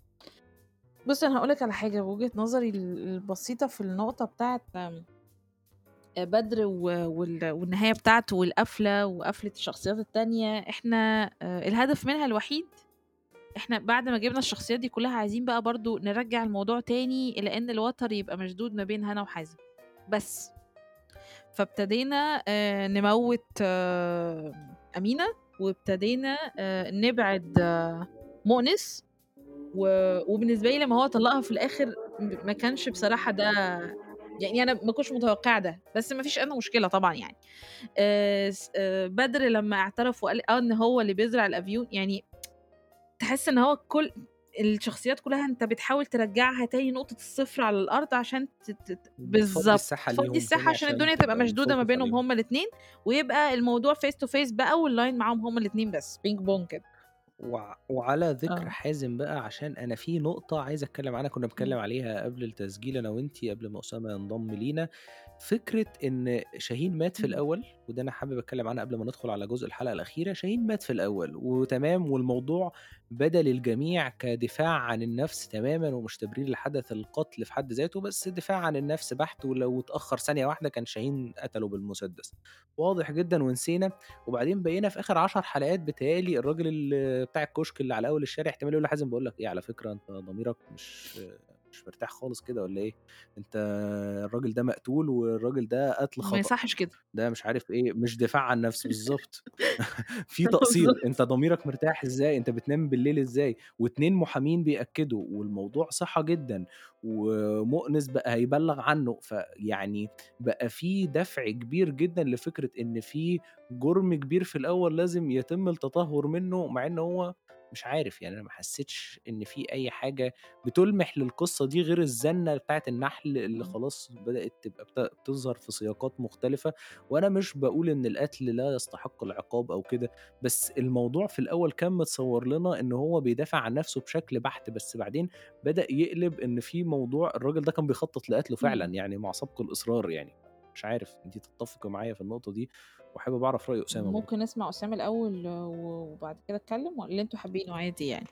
بص انا هقولك على حاجه بوجهه نظري ال- البسيطه في النقطه بتاعت آم، آه، بدر و- وال- والنهايه بتاعته والقفله وقفله الشخصيات التانية. احنا آه، الهدف منها الوحيد، احنا بعد ما جبنا الشخصيات دي كلها عايزين بقى برضو نرجع الموضوع تاني الى ان الوتر يبقى مشدود ما بين هنا وحازم بس. فابتدينا آه، نموت آه، أمينة، وابتدينا آه، نبعد آه، مؤنس و- وبالنسبة لي لما هو طلقها في الآخر م- ما كانش بصراحة ده، يعني أنا ما كنتش متوقع ده، بس ما فيش أي مشكلة طبعا يعني. آه، س- آه، بدر لما اعترف وقال اه ان هو اللي بيزرع الافيون، يعني تحس ان هو كل الشخصيات كلها انت بتحاول ترجعها تاني نقطة الصفر على الأرض عشان ت- ت- ت- بتفضي بالظبط الساحه تفضي ليهم الساحة تاني عشان عشان الدنيا تبقى تبقى مشدودة ما الفوكس بينهم عليهم. هما الاتنين، ويبقى الموضوع فيس تو فيس بقى، واللاين معاهم هما الاتنين بس بينج بونج كده. وع وعلى ذكر اه حازم بقى، عشان أنا في نقطة عايز أتكلم عنها، كنا بنتكلم عليها قبل التسجيل أنا وأنتي قبل ما أسامة ينضم لينا. فكرة إن شاهين مات في مم. الأول، وده أنا حابب أتكلم عنها قبل ما ندخل على جزء الحلقة الأخيرة. شاهين مات في الأول وتمام، والموضوع بدا للجميع كدفاع عن النفس تماما، ومش تبرير لحدث القتل في حد ذاته، بس دفاع عن النفس بحت. ولو اتأخر ثانية واحدة كان شاهين قتله بالمسدس، واضح جدا ونسينا. وبعدين بقينا في اخر عشر حلقات بتهيالي الراجل اللي بتاع الكشك اللي على اول الشارع احتمال يقول لحازم بقول لك ايه، على فكره انت ضميرك مش مش مرتاح خالص كده ولا ايه؟ انت الراجل ده مقتول، والراجل ده قتل ما خطأ، يصحش كده. ده مش عارف ايه، مش دفاع عن النفس بالظبط. في تقصير، انت بالظبط. ضميرك مرتاح ازاي؟ انت بتنام بالليل ازاي؟ واتنين محامين بيأكدوا، والموضوع صحة جدا، ومؤنس بقى هيبلغ عنه. فيعني بقى في دفع كبير جدا لفكرة ان في جرم كبير في الاول لازم يتم التطهر منه، مع ان هو مش عارف يعني. انا ما حسيتش ان في اي حاجة بتلمح للقصة دي غير الزنة بتاعت النحل اللي خلاص بدأت تبقى بت- بتظهر في سياقات مختلفة. وانا مش بقول ان القتل لا يستحق العقاب او كده، بس الموضوع في الاول كان متصور لنا ان هو بيدافع عن نفسه بشكل بحت، بس بعدين بدأ يقلب ان في موضوع الراجل ده كان بيخطط لقتله فعلا، مم. يعني مع سبق الاصرار يعني. مش عارف انتي تتفقي معايا في النقطة دي، وحابب اعرف رأي اسامة برضه. ممكن نسمع أسامة الأول آه، وبعد كده اتكلم، ولا اللي انتوا حابينه عادي يعني؟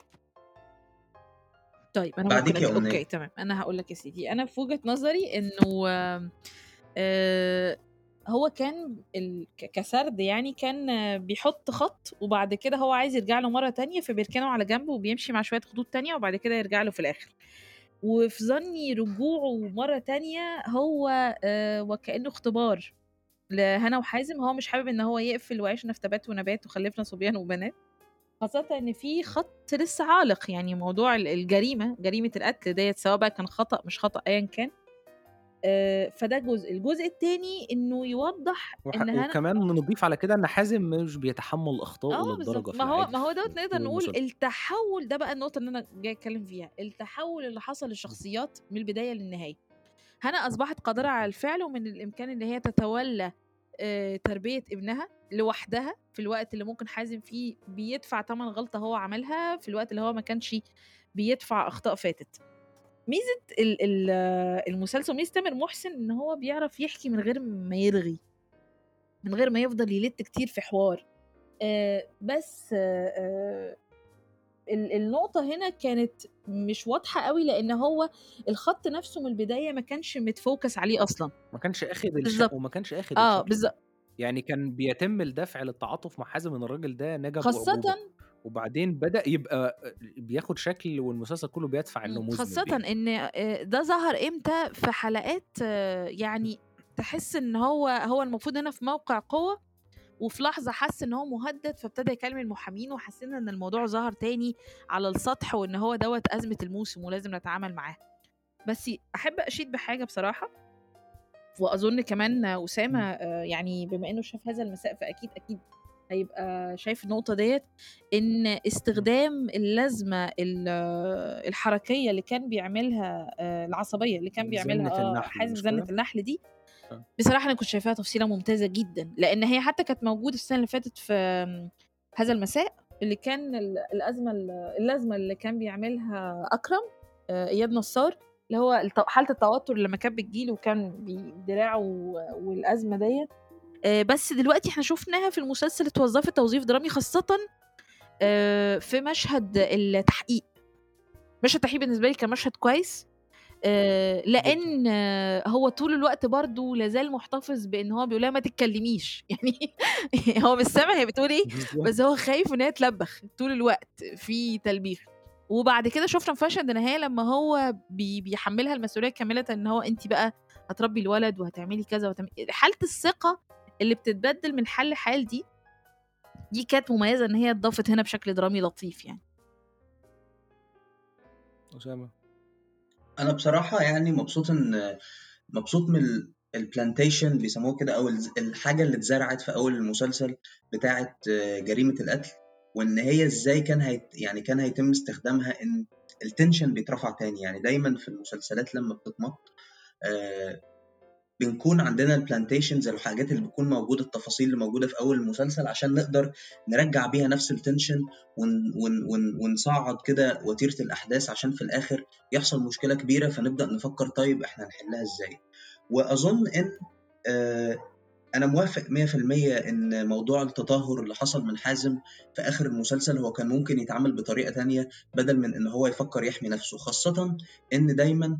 طيب انا ممكن بعديك يا أك... اوكي امنيه. تمام، انا هقول لك يا سيدي، انا في وجهة نظري انه آم، آه هو كان ال... ك- كسرد يعني كان آه، بيحط خط، وبعد كده هو عايز يرجع له مرة تانية فبيركنه على جنب وبيمشي مع شوية خطوط تانية وبعد كده يرجع له في الآخر. وفي ظني رجوعه مرة تانية هو آه وكأنه اختبار لهنا وحازم. هو مش حابب ان هو يقفل وعيشنا في تبات ونبات وخلفنا صبيان وبنات، خاصة ان في خط لسه عالق، يعني موضوع ال- الجريمة، جريمة القتل ديت سواء بقى كان خطأ مش خطأ ايا كان. آه، فده جزء. الجزء التاني انه يوضح وح... ان هنا وكمان نضيف على كده ان حازم مش بيتحمل اخطائه اه للدرجة بالظبط، في ما هو العادي ما هو في دوت نقدر طول نقول المسلسل. التحول ده بقى النقطة اللي انا جاي اتكلم فيها، التحول اللي حصل للشخصيات من البداية للنهاية. هنا اصبحت قادرة على الفعل، ومن الامكان ان هي تتولى آه، تربية ابنها لوحدها في الوقت اللي ممكن حازم فيه بيدفع ثمن غلطة هو عملها، في الوقت اللي هو ما كانش بيدفع أخطاء فاتت. ميزة ال- ال- آه، المسلسل وميزة تامر محسن إن هو بيعرف يحكي من غير ما يرغي، من غير ما يفضل يلت كتير في حوار. آه، بس آه، آه، ال- النقطة هنا كانت مش واضحة قوي، لأن هو الخط نفسه من البداية ما كانش متفوكس عليه أصلا. ما كانش اخد الش... بالظبط. وما كانش اخد اه الشكل ده. بالظبط. يعني كان بيتم الدفع للتعاطف مع حازم ان الراجل ده نجب خاصة أعجوبة، وبعدين بدأ يبقى بياخد شكل والمسلسل كله بيدفع انه مم. مذنب خاصة يعني. ان آه، ده ظهر امتى في حلقات آه، يعني تحس ان هو هو المفروض هنا في موقع قوة، وفي لحظة حس ان هو مهدد فابتدى يكلم المحامين، وحسينا ان الموضوع ظهر تاني على السطح، وان هو دوت أزمة الموسم ولازم نتعامل معاه. بس أحب أشيد بحاجة بصراحة، وأظن كمان أسامة إمم. آآ يعني بما إنه شاف هذا المساء فأكيد، أكيد هيبقى شايف النقطة ديّة، إن إمم. استخدام اللازمة ال الحركية اللي كان بيعملها آآ العصبية اللي كان بيعملها زنة آه النحل حازم مش زنة كده؟ النحل دي، آه. بصراحة أنا كنت شايفاها تفصيلة ممتازة جدًا، لإن هي حتى كانت موجودة السنة اللي فاتت في آمم هذا المساء، اللي كان ال الأزمة ال اللازمة اللي كان بيعملها أكرم آآ إياد نصار، اللي هو الت حالة التوتر لمّا كانت بتيجي له وكان بي دراعه والأزمة ديّة، آآ بس دلوقتي إحنا شُفناها في المسلسل اتوظّفت توظيف درامي خاصةً آآ في مشهد التحقيق. مشهد التحقيق بالنسبة لي كان مشهد كويس، آآ جدًا. لإن آه، هو طول الوقت برضه لا زال محتفظ بإن هو بيقول لها ما تتكلميش، يعني هو مش سامع هي بتقول إيه، بس بالضبط. هو خايف إن هي تلبّخ طول الوقت، في تلبيخ. وبعد كده شُفنا في مشهد النهاية لمّا هو بي بيحمّلها المسؤولية كاملةً إن هو أنتِ بقى هتربّي الولد وهتعملي كذا وهتعم حالة الثقة اللي بتتبدل من حال لحال دي، دي كانت مميزة إن هي اتضافت هنا بشكل درامي لطيف يعني. أسامة. أنا بصراحة يعني مبسوط إن مبسوط من ال الplantation بيسموه كده، أو الز الحاجة اللي اتزرعت في أول المسلسل بتاعة جريمة القتل، وإن هي إزاي كان هيت يعني كان هيتم استخدامها إن الtension بيترفع تاني. يعني دايمًا في المسلسلات لمّا بتتمط آآ بنكون عندنا البلانتيشنز، الحاجات اللي بتكون موجودة، التفاصيل اللي موجودة في أول المسلسل عشان نقدر نرجع بيها نفس التنشن ون ون ون ونصعد كده وتيرة الأحداث عشان في الآخر يحصل مشكلة كبيرة فنبدأ نفكر طيب إحنا هنحلها إزاي. وأظن إن آه أنا موافق مية في المية إن موضوع التدهور اللي حصل من حازم في آخر المسلسل هو كان ممكن يتعامل بطريقة تانية بدل من إن هو يفكر يحمي نفسه، خاصة إن دايما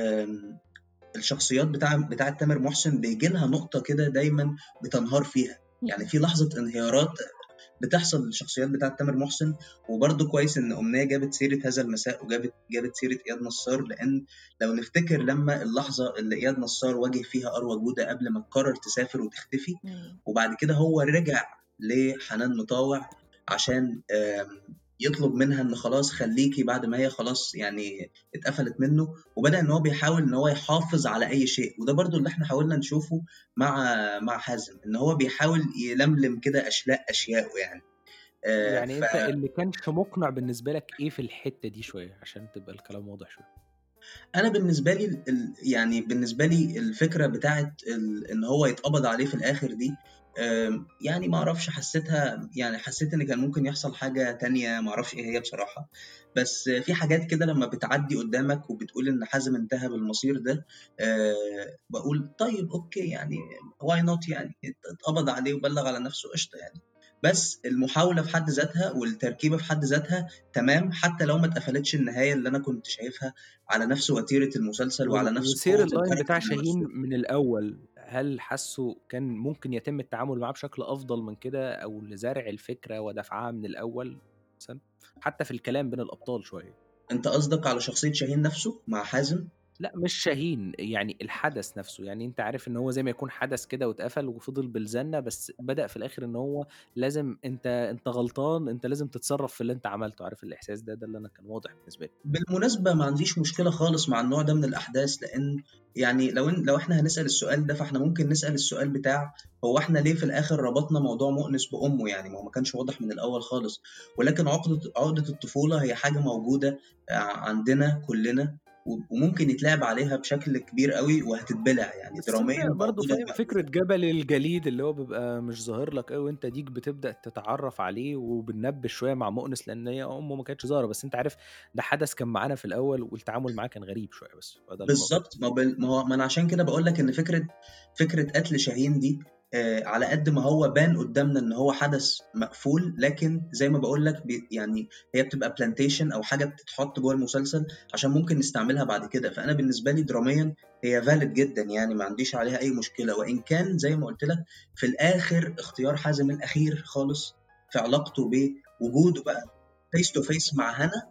آم، الشخصيات بتاع بتاعة تامر محسن بيجي لها نقطة كده دايما بتنهار فيها. يعني إمم. في لحظة انهيارات بتحصل للشخصيات بتاعة تامر محسن. وبرضه كويس إن أمنية جابت سيرة هذا المساء وجابت جابت سيرة إياد نصار، لأن لو نفتكر لما اللحظة اللي إياد نصار واجه فيها أروى جودة قبل ما تقرر تسافر وتختفي، إمم. وبعد كده هو رجع لحنان مطاوع عشان آم، يطلب منها ان خلاص خليكي بعد ما هي خلاص يعني اتقفلت منه، وبدأ ان هو بيحاول ان هو يحافظ على اي شيء. وده برضو اللي احنا حاولنا نشوفه مع مع حازم، ان هو بيحاول يلملم كده اشلاء اشياء يعني. آه، يعني أنت اللي كانش مقنع بالنسبة لك إيه في الحتّة دي شوية، عشان تبقى الكلام واضح شوية؟ فانا بالنسبه لي ال- ال- يعني بالنسبه لي الفكره بتاعت ال- ان هو يتقبض عليه في الاخر دي، آم، يعني ما اعرفش، حسيتها يعني حسيت ان كان ممكن يحصل حاجه تانية، ما اعرفش ايه هي بصراحه. بس في حاجات كده لما بتعدي قدامك وبتقول ان حازم انتهى بالمصير ده، آه، بقول طيب اوكي يعني واي نوت، يعني اتقبض عليه وبلغ على نفسه قشطه يعني. بس المحاولة في حد ذاتها والتركيبة في حد ذاتها تمام، حتى لو ما اتقفلتش النهاية اللي أنا كنت شايفها على نفس وتيرة المسلسل وال وعلى نفس وسير قوة الline الكاركتر بتاع اللي شاهين مرسوم. من الأول، هل حاسّه كان ممكن يتم التعامل معاه بشكل أفضل من كده، أو لزرع الفكرة ودفعها من الأول مثلًا، حتى في الكلام بين الأبطال شوية؟ أنت قصدك على شخصية شاهين نفسه مع حازم؟ لأ مش شاهين، يعني الحدث نفسه، يعني أنت عارف إن هو زي ما يكون حدث كده واتقفل وفضل بالزنة، بس بدأ في الآخر إن هو لازم أنت أنت غلطان، أنت لازم تتصرّف في اللي أنت عملته، عارف الإحساس ده؟ ده اللي أنا كان واضح بالنسبة لي. بالمناسبة ما عنديش مشكلة خالص مع النوع ده من الأحداث، لأن يعني لو إن لو إحنا هنسأل السؤال ده فإحنا ممكن نسأل السؤال بتاع هو إحنا ليه في الآخر ربطنا موضوع مؤنس بأمه؟ يعني ما هو ما كانش واضح من الأول خالص. ولكن عقدة عقدة الطفولة هي حاجة موجودة آه، عندنا كلنا، و- وممكن يتلعب عليها بشكل كبير قوي وهتتبلع يعني بس أنت دراميا برضه موجودة فاهم فكرة ومقبولة. جبل الجليد اللي هو بيبقى مش ظاهر لك أوي، وأنت ديك بتبدأ تتعرّف عليه وبننبّش شوية مع مؤنس، لإن هي أمه ما كانتش ظاهرة، بس أنت عارف ده حدث كان معانا في الأول والتعامل معاه كان غريب شوية بس، فده النقطة. بالضبط، ما بال ما هو ما أنا عشان كده باقول لك إن فكرة فكرة قتل شاهين دي آآ، على قد ما هو بان قدّامنا إن هو حدث مقفول، لكن زي ما باقول لك ب يعني هي بتبقى plantation أو حاجة بتتحط جوّه المسلسل عشان ممكن نستعملها بعد كده. فأنا بالنسبة لي دراميًا هي valid جدًا يعني ما عنديش عليها أي مشكلة، وإن كان زي ما قُلت لك في الآخر اختيار حازم الأخير خالص في علاقته بوجوده بقى face to face مع هنا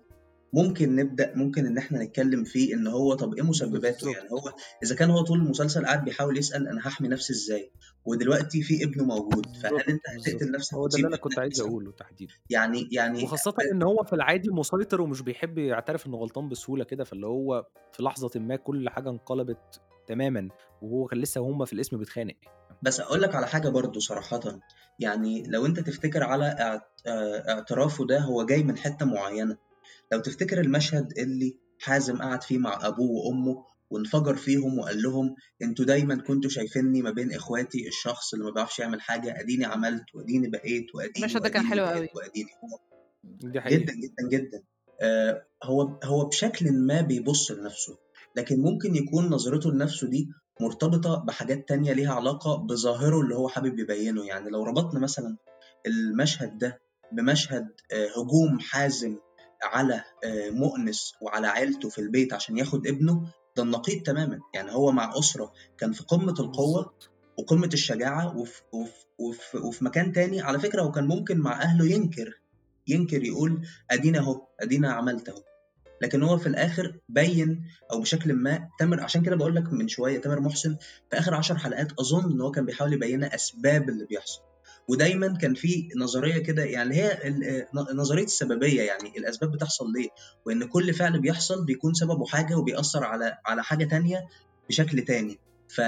ممكن نبدأ ممكن إن إحنا نتكلم فيه إن هو طب إيه مسبباته، يعني بالضبط. هو إذا كان هو طول المسلسل قاعد بيحاول يسأل أنا هاحمي نفسي إزاي، ودلوقتي في ابنه موجود، فهل بالضبط، أنت هتقتل بالضبط. نفسك هو ده وتسيب اللي أنا ابنك كنت عايز مثلًا؟ أقوله تحديدًا. يعني يعني وخاصةً ب إن هو في العادي مسيطر ومش بيحب يعترف إنه غلطان بسهولة كده، فاللي هو في لحظةٍ ما كل حاجة انقلبت تمامًا، وهو كان لسه وهُم في القسم بيتخانق. بس أقول لك على حاجة برضه صراحةً، يعني لو أنت تفتكر على اعت آآ اعترافه ده هو جاي من حتّة معيّنة، لو تفتكر المشهد اللي حازم قعد فيه مع أبوه وأمه وانفجر فيهم وقال لهم أنتم دايمًا كنتم شايفينّي ما بين إخواتي الشخص اللي ما بيعرفش يعمل حاجة، أديني عملت وأديني بقيت وأديني المشهد ده كان وأديني حلو بقيت أوي. وأديني هو إمم. دي جدًا، حقيقة. جدًا، جدًا. آآ هو هو بشكلٍ ما بيبُص لنَفْسه، لكن ممكن يكون نظرته لنَفْسه دي مرتبطة بحاجات تانية ليها علاقة بظاهره اللي هو حابب يبيّنه، يعني لو ربطنا مثلًا المشهد ده بمشهد آآ هجوم حازم على آآ مؤنس وعلى عيلته في البيت عشان ياخد ابنه، ده النقيض تمامًا، يعني هو مع أسرة كان في قمة القوة بالضبط. وقمة الشجاعة وف وف وف وفي مكان تاني على فكرة هو كان ممكن مع أهله ينكر، ينكر يقول أدينا أهو، أدينا عملت أهو، لكن هو في الآخر بيّن أو بشكلٍ ما تامر عشان كده باقول لك من شوية تامر محسن في آخر عشر حلقات أظن إن هو كان بيحاول يبين لنا أسباب اللي بيحصل، ودايمًا كان في نظرية كده يعني اللي هي ال آآ ن نظرية السببية، يعني الأسباب بتحصل ليه، وإن كل فعل بيحصل بيكون سببه حاجة وبيأثّر على على حاجة تانية بشكل تاني،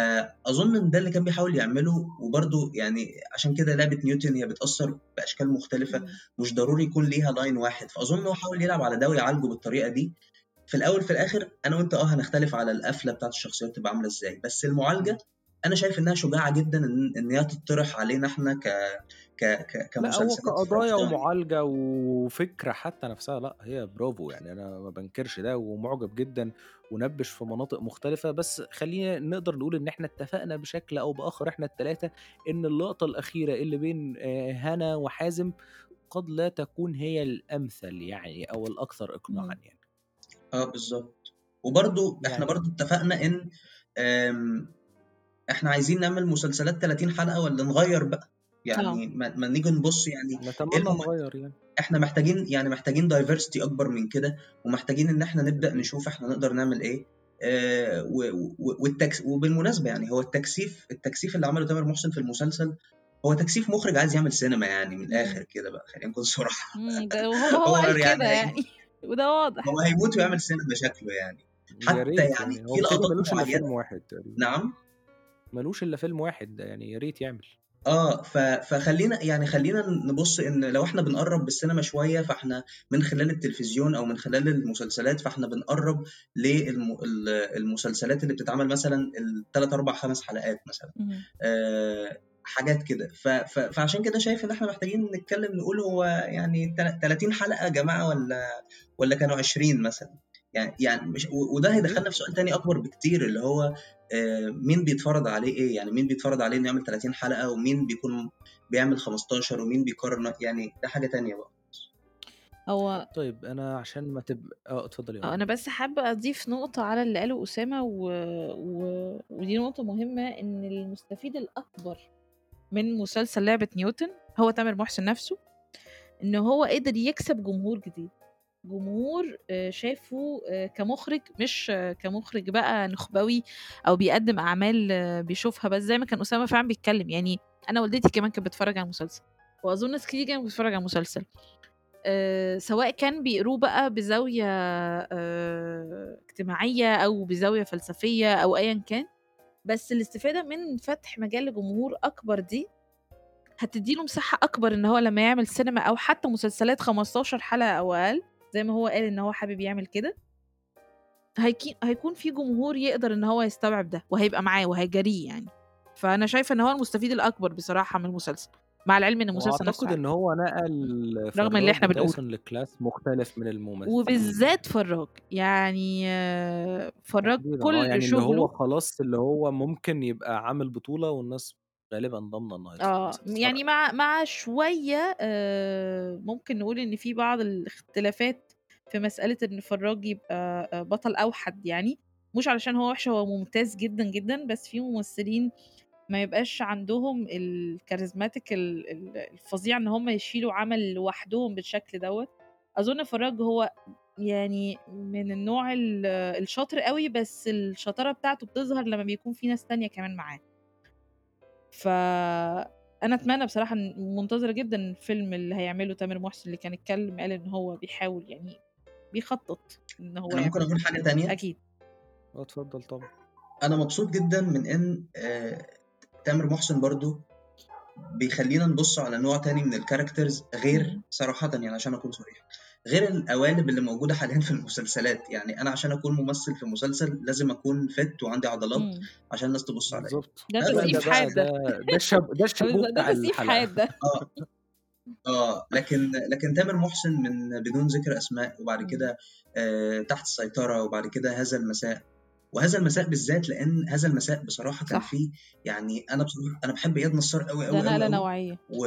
فأظن إن ده اللي كان بيحاول يعمله، وبرضه يعني عشان كده لعبة نيوتن هي بتأثّر بأشكال مختلفة، إمم. مش ضروري يكون ليها line واحد، فأظن هو حاول يلعب على ده ويعالجه بالطريقة دي. في الأول في الآخر أنا وأنت آه هنختلف على القفلة بتاعة الشخصيات تبقى عاملة إزاي، بس المعالجة أنا شايف إنها شجاعة جدًا إن إن هي تطرح علينا إحنا ك ك ك لأ، هو كمسلسلات في كقضايا رمضان. ومعالجة وفكرة حتى نفسها، لأ، هي برافو، يعني أنا ما بانكرش ده ومُعجب جدًا ونبِّش في مناطق مختلفة، بس خلّينا نقدر نقول إن إحنا اتفقنا بشكل أو بآخر إحنا التلاتة إن اللقطة الأخيرة اللي بين آآ هنا وحازم قد لا تكون هي الأمثل يعني أو الأكثر إقناعًا إمم. يعني. آه بالضبط. وبرضه إحنا يعني برضه اتفقنا إن آمم إحنا عايزين نعمل مسلسلات ثلاثين حلقة والّا نغيّر بقى؟ آه. يعني ما ما نيجي نبُص يعني إيه نتمنى الم نغيّر يعني. إحنا محتاجين يعني محتاجين diversity أكبر من كده، ومحتاجين إن إحنا نبدأ أكيد. نشوف إحنا نقدر نعمل إيه، آآ و و والتكس وبالمناسبة يعني هو التكثيف التكثيف اللي عمله تامر محسن في المسلسل، هو تكثيف مُخرج عايز يعمل سينما يعني من إمم. الآخر كده بقى، خلّينا نكون صُرحا. إمم. ده وهو هو هو قال يعني كده هي يعني وده هو واضح. هيموت إمم. ويعمل سينما شكله يعني، يا حتى ريت يعني يعني، هو في بيتهيأ لي لقطات ما لوش إلا معيّنة. فيلم واحد تقريبًا. نعم؟ ما لوش إلا فيلم واحد ده، يعني يا ريت يعمل. آه، ف فخلّينا يعني خلّينا نبُص إن لو إحنا بنقرّب بالسينما شوية، فإحنا من خلال التلفزيون أو من خلال المسلسلات، فإحنا بنقرّب للم ال المسلسلات اللي بتتعمل مثلًا التلات، أربع، خمس حلقات مثلًا، اهم. آآ، حاجات كده. ف ف فعشان كده شايف إن إحنا محتاجين نتكلّم نقول هو يعني تل تلاتين حلقة يا جماعة والّا والّا كانوا عشرين مثلًا؟ يعني يعني مش و وده يا هيدخّلنا ريت. في سؤال تاني أكبر بكتير، اللي هو آآ مين بيتفرض عليه إيه، يعني مين بيتفرض عليه إنه يعمل تلاتين حلقة ومين بيكون بيعمل خمستاشر ومين بيقرر ن يعني ده حاجة تانية بقى. هو طيب أنا عشان ما تب آه، اتفضلي يا آه، نور. أنا بس حابة أضيف نقطة على اللي قاله أسامة و... و... ودي نقطة مهمة إن المستفيد الأكبر من مسلسل لعبة نيوتن هو تامر محسن نفسه، إن هو قدر يكسب جمهور جديد، جمهور آه، شافه آه، كمخرج، مش آه، كمخرج بقى نخبوي أو بيقدم أعمال آه، بيشوفها بس، زي ما كان أسامة فعلا بيتكلم. يعني أنا والدتي كمان كانت بتتفرج على المسلسل، وأظن ناس كتير كانت بتتفرج على المسلسل، آآ سواء كان بيقروه بقى بزاوية آآ اجتماعية أو بزاوية فلسفية أو أيًا كان، بس الاستفادة من فتح مجال لجمهور أكبر دي هتدّي له مساحة أكبر إن هو لمّا يعمل سينما أو حتى مسلسلات خمستاشر حلقة أو أقل، زي ما هو قال إن هو حابب يعمل كده، هيكي هيكون في جمهور يقدر إن هو يستوعب ده وهيبقى معاه وهيجاريه يعني. فأنا شايفة إن هو المستفيد الأكبر بصراحة من المسلسل، مع العلم إن المسلسل نفسه وأعتقد حلو، إن هو نقل رغم اللي فراج إحنا بنقوله. وتايسون لclass مختلف من الممثلين يعني. وبالذات فراج، يعني آه، فراج تحديدًا آه، كل يعني اللي هو شغله خلاص اللي هو ممكن يبقى عامل بطولة والناس غالبًا ضامنة إنه هيتف آه، الناس هتتفرج يعني عليه. مع مع شوية آآ ممكن نقول إن في بعض الاختلافات في مسألة إن فراج يبقى آآ بطل أوحد يعني، مش علشان هو وِحِش، هو ممتاز جدًا، جدًا، بس في ممثلين ما يبقاش عندهم الcharismatic ال ال الفظيع إن هم يشيلوا عمل لوحدهم بالشكل دوّة. أظن فراج هو يعني من النوع ال الشاطر أوي، بس الشطارة بتاعته بتظهر لمّا بيكون في ناس تانية كمان معاه. فأنا أتمنى بصراحة إن منتظرة جدًا الفيلم اللي هيعمله تامر محسن، اللي كان اتكلم قال إن هو بيحاول يعني بيخطط إن هو أنا ممكن يعمله. أقول حاجة تانية؟ أكيد. آه اتفضل طبعًا. أنا مبسوط جدًا من إن آآ تامر محسن برضه بيخلّينا نبُص على نوع تاني من الcharacters غير إمم. صراحةً يعني عشان أكون صريح، غير القوالب اللي موجودة حاليًا في المسلسلات. يعني أنا عشان أكون ممثل في مسلسل لازم أكون fit وعندي عضلات إمم. عشان الناس تبُص عليّا. بالضبط. ده لأ ده تسقيف أغلب بقى حاد ده. ده ده الشاب ده الشابوه بالض ده بتاع تسقيف الحلقة. حاد ده. آه، آه، لكن لكن تامر محسن من بدون ذكر أسماء، وبعد إمم. كده آآ تحت السيطرة، وبعد كده هذا المساء. وهذا المساء بالذات، لإن هذا المساء بصراحة كان صح. فيه يعني أنا بصراحة أنا باحب إياد نصار أوي، ده أوي، أوي، نقلة أوي، نوعية. و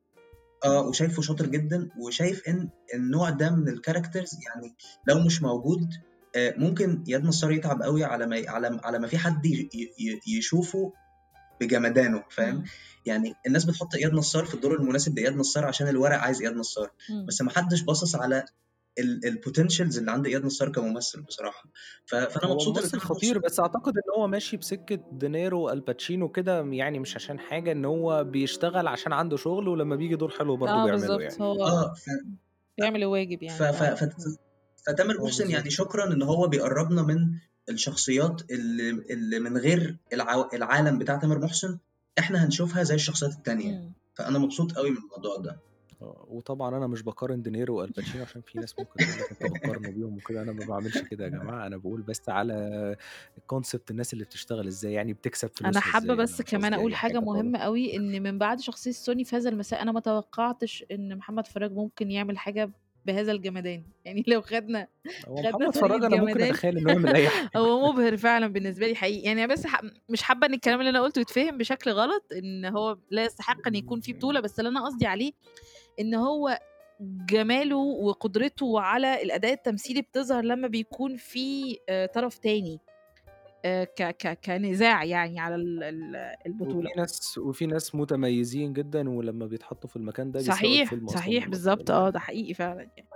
آه، وشايفه شاطر جدًا، وشايف إن النوع ده من الcharacters يعني لو مش موجود آآ ممكن إياد نصار يتعب أوي على ما ي على م على ما في حد ي ي ي يشوفه بجمدانه، فاهم؟ إمم. يعني الناس بتحط إياد نصار في الدور المناسب لإياد نصار عشان الورق عايز إياد نصار، إمم. بس ما حدش باصص على ال الpotentials اللي عند إياد نصار كممثل بصراحة. ف فأنا هو مبسوط إن ممثل تامر خطير، محسن بس أعتقد إن هو ماشي بسكة دينيرو والباتشينو كده، يعني مش عشان حاجة، إن هو بيشتغل عشان عنده شغل، ولمّا بييجي دور حلو برضه آه بيعمله بالضبط. يعني. هو آه، ف بيعمل الواجب ف يعني. ف آه. فت فتامر آه محسن يعني بالضبط. شكرًا إن هو بيقرّبنا من الشخصيات اللي اللي من غير الع العالم بتاع تامر محسن، إحنا هنشوفها زي الشخصيات التانية. إمم. فأنا مبسوط أوي من الموضوع ده. آه، وطبعًا أنا مش باقارن دينيرو والباتشينو عشان في ناس ممكن تقول لك أنت بتقارنه بيهم وكده، أنا ما باعملش كده يا جماعة، أنا باقول بس على concept الناس اللي بتشتغل إزاي، يعني بتكسب أنا فلوسها حابة إزاي، أنا بس مش كمان قصدي أقول أي حاجة حاجة خالص. مهمة أوي، إن من بعد شخصية سوني في هذا المساء أنا ما توقعتش إن محمد فراج ممكن يعمل حاجة بهذا الجمدان. يعني لو خدنا هو خدنا محمد سوني فراج أنا ممكن الجمدان أتخيل إنه يعمل أي حاجة. هو مبهر فعلًا بالنسبة لي حقيقي. يعني أنا بس ح مش حابة إن الكلام اللي أنا قُلته يتفهم بشكل غلط، إن هو لا يستحق إن يكون فيه بطولة، بس اللي أنا قصدي عليه إن هو جماله وقدرته على الأداء التمثيلي بتظهر لمّا بيكون في آآ طرف تاني آآ ك ك كنزاع يعني على ال ال وفي البطولة. ناس وفي ناس متميزين جدًا، ولمّا بيتحطوا في المكان ده بيسرقوا صحيح، الفيلم أصلًا صحيح من الأبطال بالضبط آه، يعني. ده حقيقي فعلًا يعني.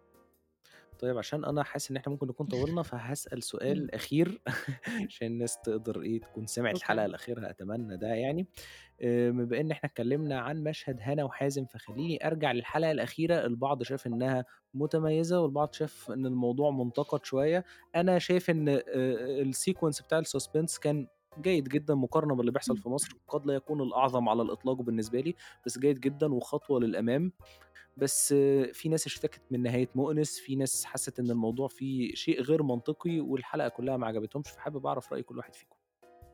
طيب عشان أنا حاسس إن إحنا ممكن نكون طوّلنا، فهاسأل إمم. سؤال أخير عشان الناس تقدر إيه، تكون سمعت أوكي. الحلقة لآخرها أتمنى ده يعني. آآ بما إن إحنا اتكلّمنا عن مشهد هنا وحازم، فخلّيني أرجع للحلقة الأخيرة، البعض شاف إنها متميزة والبعض شاف إن الموضوع مُنتقد شوية. أنا شايف إن آآ الsequence بتاع الsuspense كان جيد جدًا مقارنة باللي بيحصل إمم. في مصر، قد لا يكون الأعظم على الإطلاق بالنسبة لي، بس جيد جدًا وخطوة للأمام. بس آه، في ناس اشتكت من نهاية مؤنس، في ناس حست إن الموضوع فيه شيء غير منطقي والحلقة كلّها ما عجبتهمش، فحابب أعرف رأي كل واحد فيكم.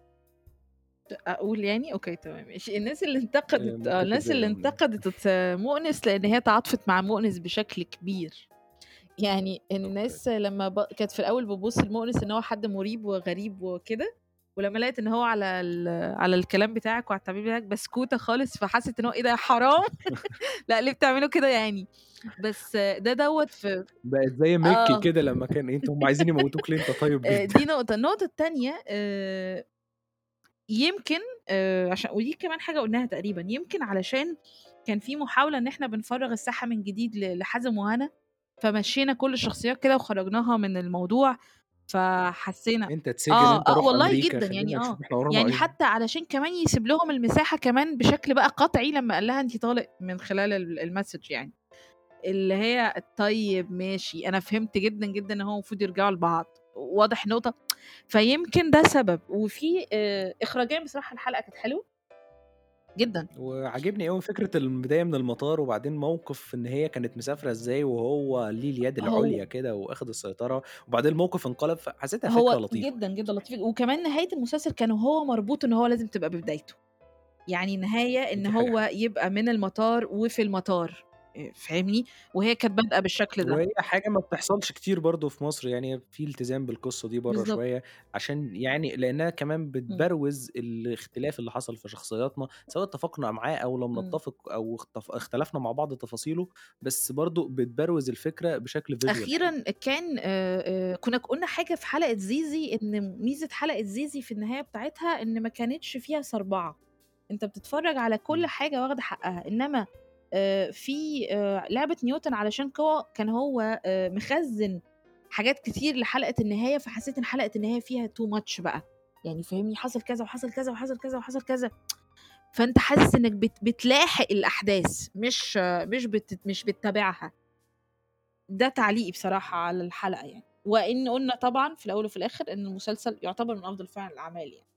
أقول يعني؟ أوكي تمام ماشي. الناس اللي آآ انتقدت آه، ممكن الناس تبدأي اللي والّا انتقدت مؤنس لإن هي تعاطفت مع مؤنس بشكل كبير. يعني أوكي. الناس لمّا ب كانت في الأول بتبُص لمؤنس إن هو حد مُريب وغريب وكده، ولمّا لقت إن هو على ال على الكلام بتاعك وعلى التعبير بتاعك بسكوتة خالص، فحست إن هو إيه ده حرام لأ ليه بتعملوا كده يعني؟ بس ده دوّة في بقت زي ميكي آه. كده لمّا كان إيه، أنتم هم عايزين يموتوك ليه أنت طيب آآ جدًا. دي نقطة. النقطة التانية آآ يمكن آآ عشان ودي كمان حاجة قُلناها تقريبًا، يمكن علشان كان في محاولة إن إحنا بنفرّغ الساحة من جديد ل لحازم وهنا، فمشّينا كل الشخصيات كده وخرجناها من الموضوع، فحسّينا أنت اتسجن، آه، أنت آه روح والله أمريكا، جدًا خلّينا يعني آه. نشوف إحنا ورانا يعني إيه. حتى علشان كمان يسيب لهم المساحة كمان بشكل بقى قطعي لمّا قال لها أنتِ طالق من خلال ال الmessage يعني. اللي هي طيب ماشي، أنا فهمت جدًا، جدًا إن هو المفروض يرجعوا لبعض، واضح نقطة. فيمكن ده سبب. وفي آآ إخراجيًا بصراحة الحلقة كانت حلوة جدًا. وعاجبني أوي فكرة البداية من المطار، وبعدين موقف إن هي كانت مسافرة إزاي وهو ليه اليد هو العُليا كده وأخد السيطرة، وبعدين الموقف انقلب، فحسيتها فكرة هو لطيفة جدًا، يعني. جدًا لطيف. وكمان نهاية المسلسل كان وهو مربوط إن هو لازم تبقى ببدايته. يعني نهاية إن دي حاجة هو حلوة. يبقى من المطار وفي المطار، آآ فاهمني؟ وهي كانت بادئة بالشكل ده. وهي حاجة ما بتحصلش كتير برضه في مصر، يعني هي في التزام بالقصة دي برّه بالضبط. شوية، عشان يعني لإنها كمان إمم. بتبروز الاختلاف اللي حصل في شخصياتنا، سواء اتفقنا معاه أو لم إمم. نتفق أو اختف اختلفنا مع بعض تفاصيله، بس برضه بتبروز الفكرة بشكل visual حلو. أخيرًا كان آآ آآ كنا قُلنا حاجة في حلقة زيزي، إن ميزة حلقة زيزي في النهاية بتاعتها إن ما كانتش فيها صربعة. أنت بتتفرّج على كل إمم. حاجة واخدة حقّها. إنما آآ في آآ لعبة نيوتن علشان كو كان هو آآ مخزّن حاجات كتير لحلقة النهاية، فحسيت إن حلقة النهاية فيها too much بقى، يعني فاهمني، حصل كذا وحصل كذا وحصل كذا وحصل كذا، فأنت حاسس إنك بت بتلاحق الأحداث مش مش بت مش بتتابعها. ده تعليقي بصراحة على الحلقة يعني، وإن قُلنا طبعًا في الأول وفي الآخر إن المسلسل يعتبر من أفضل فعلًا الأعمال يعني.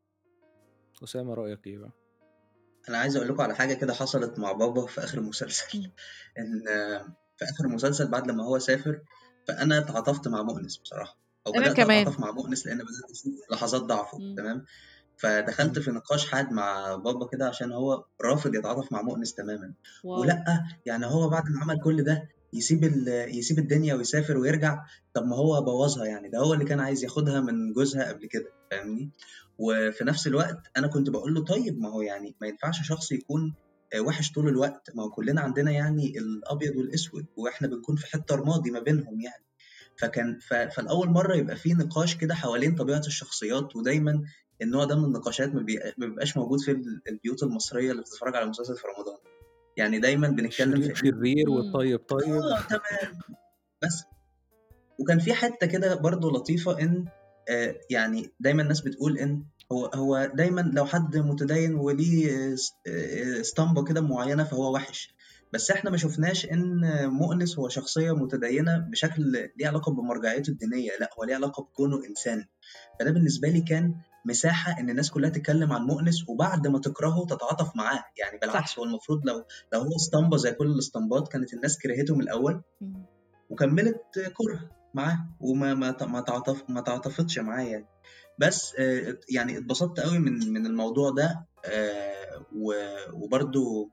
أسامة رأيك إيه بقى؟ أنا عايز أقول لكم على حاجة كده حصلت مع بابا في آخر المسلسل. إمم. إن في آخر المسلسل بعد لمّا هو سافر، فأنا تعاطفت مع مؤنس بصراحة، أو أنا بدأت كمان. أتعاطف مع مؤنس لإن بدأت أشوف لحظات ضعفه، إمم. تمام؟ فدخلت إمم. في نقاش حاد مع بابا كده عشان هو رافض يتعاطف مع مؤنس تمامًا، واو! ولأ، يعني هو بعد ما عمل كل ده يسيب ال يسيب الدنيا ويسافر ويرجع، طب ما هو بوّظها يعني، ده هو اللي كان عايز ياخدها من جوزها قبل كده، فاهمني؟ وفي نفس الوقت أنا كنت باقول له طيب ما هو يعني ما ينفعش شخص يكون آآ وِحِش طول الوقت، ما هو كلنا عندنا يعني الأبيض والأسود، وإحنا بنكون في حتة رمادي ما بينهم يعني. فكان ف فلأول مرّة يبقى في نقاش كده حوالين طبيعة الشخصيات، ودايمًا النوع ده من النقاشات ما بي ما بيبقاش موجود في ال البيوت المصرية اللي بتتفرّج على مسلسل في رمضان، يعني دايمًا بنتكلّم الشرير في إن شرير إمم. والطيب طيب. آه تمام، بس. وكان في حتّة كده برضه لطيفة إن آآ يعني دايمًا الناس بتقول إن هو هو دايمًا لو حد متديّن وليه اس آآ اسطمبة كده معيّنة فهو وِحِش، بس إحنا ما شُفناش إن مؤنس هو شخصية متديّنة بشكل ليه علاقة بمرجعيته الدينية، لأ هو ليه علاقة بكونه إنسان. فده بالنسبة لي كان مساحة إن الناس كلّها تتكلّم عن مؤنس وبعد ما تكرهه تتعاطف معاه، يعني بالعكس صح. هو المفروض لو لو هو اسطمبة زي كل الاسطمبات كانت الناس كرهته من الأول إمم. وكمّلت كُره معاه وما ما ت ما تعاطف ما تعاطفتش معاه يعني. بس آآ ات يعني اتبسطت أوي من من الموضوع ده آآ و وبرضه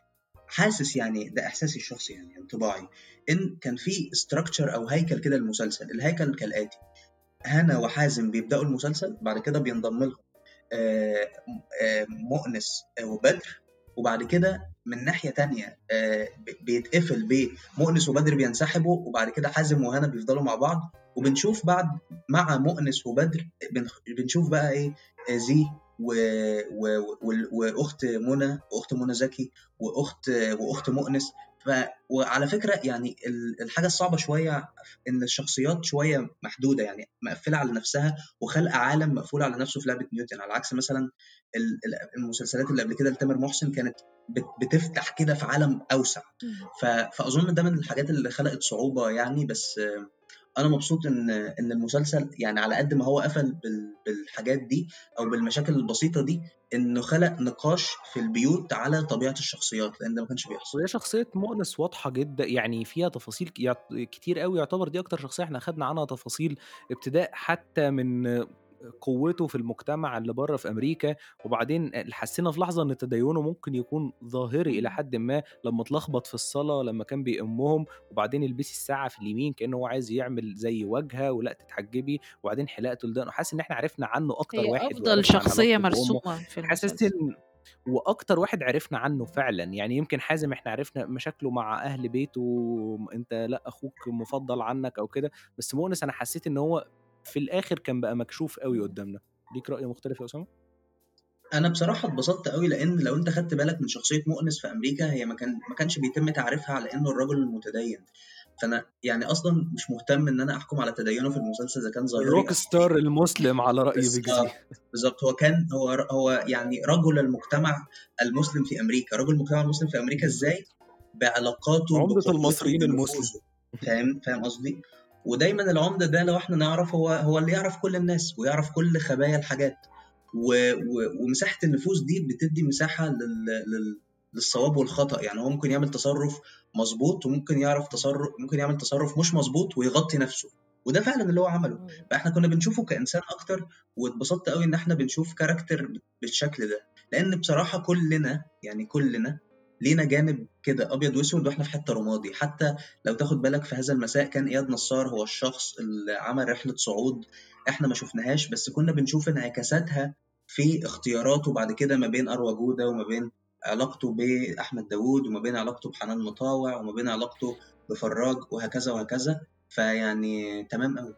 حاسس يعني ده إحساسي الشخصي يعني انطباعي، إن كان في structure أو هيكل كده للمسلسل، الهيكل كالآتي: هنا وحازم بيبدأوا المسلسل، بعد كده بينضم لهم آآ م آآ مؤنس وبدر، وبعد كده من ناحية تانية آآ ب بيتقفل بمؤنس وبدر بينسحبوا، وبعد كده حازم وهنا بيفضلوا مع بعض، وبنشوف بعد مع مؤنس وبدر بنخ بنشوف بقى إيه، آآ زي و و وال وأخت منى وأخت منى زكي وأخت وأخت مؤنس. ف وعلى فكرة يعني ال الحاجة الصعبة شوية إن الشخصيات شوية محدودة، يعني مقفّلة على نفسها وخالقة عالم مقفول على نفسه في لعبة نيوتن، على عكس مثلًا ال ال المسلسلات اللي قبل كده لتامر محسن كانت بت بتفتح كده في عالم أوسع. إمم. ف فأظن ده من الحاجات اللي خلقت صعوبة يعني، بس آه، أنا مبسوط إن إن المسلسل يعني على قد ما هو قفل بال بالحاجات دي أو بالمشاكل البسيطة دي، إنه خلق نقاش في البيوت على طبيعة الشخصيات، لإن ده ما كانش بيحصل. وهي شخصية مؤنس واضحة جدًا، يعني فيها تفاصيل ك يعت كتير أوي، يعتبر دي أكتر شخصية إحنا أخدنا عنها تفاصيل، ابتداء حتى من قوته في المجتمع اللي برّه في أمريكا، وبعدين ال حسينا في لحظة إن تدينه ممكن يكون ظاهري إلى إمم. حدٍ ما، لمّا اتلخبط في الصلاة لمّا كان بيأمهم، وبعدين البسي الساعة في اليمين كأنه هو عايز يعمل زي واجهة ولأ تتحجبي، وبعدين حلاقته لدقنه، حاسس إن إحنا عرفنا عنه أكتر هي واحد أفضل وعرفنا عن شخصية علاقته بأمه، مرسومة في حاسس المسلسل. إن وأكتر واحد عرفنا عنه فعلًا، يعني يمكن حازم إحنا عرفنا مشاكله مع أهل بيته، أنت لأ أخوك مُفضّل عنك أو كده، بس مؤنس أنا حسيت إن هو في الآخر كان بقى مكشوف أوي إمم. قدّامنا، ليك رأي مختلف يا أسامة؟ أنا بصراحة اتبسطت أوي، لإن لو أنت خدت بالك من شخصية مؤنس في أمريكا، هي ما كان ما كانش بيتم تعريفها على إنه الرجل المتدين، فأنا يعني أصلًا مش مهتم إن أنا أحكم على تدينه في المسلسل إذا كان ظاهري الrock أو star حقيقي. المسلم على رأي بيج بالضبط، زي. بالضبط، هو كان هو ر هو يعني رجل المجتمع المسلم في أمريكا، رجل المجتمع المسلم في أمريكا إزاي؟ بالضبط، بعلاقاته، عمدة بقوته، المصريين المسلم. بنفوذه، فاهم فاهم قصدي؟ ودايمًا العُمدة ده لو إحنا نعرف هو هو اللي يعرف كل الناس، ويعرف كل خبايا الحاجات، و و ومساحة النفوذ دي بتدّي مساحة لل لل للصواب والخطأ، يعني هو ممكن يعمل تصرُّف مضبوط، وممكن يعرف تصرُّف ممكن يعمل تصرُّف مش مضبوط ويغطي نَفْسه، وده فعلًا اللي هو عمله. إمم. فإحنا كُنّا بنشوفه كإنسان أكتر، واتبسطت أوي إن إحنا بنشوف character ب بالشكل ده، لإن بصراحة كُلّنا، يعني كُلّنا لينا جانب كده أبيض وأسود وإحنا في حتّة رمادي. حتى لو تاخد بالك في هذا المساء كان إياد نصار هو الشخص اللي عمل رحلة صعود إحنا ما شُفناهاش، بس كُنّا بنشوف انعكاساتها في اختياراته بعد كده ما بين أروى جودة وما بين علاقته بأحمد داوود وما بين علاقته بحنان مطاوع وما بين علاقته بفراج وهكذا وهكذا. فيعني تمام أوي.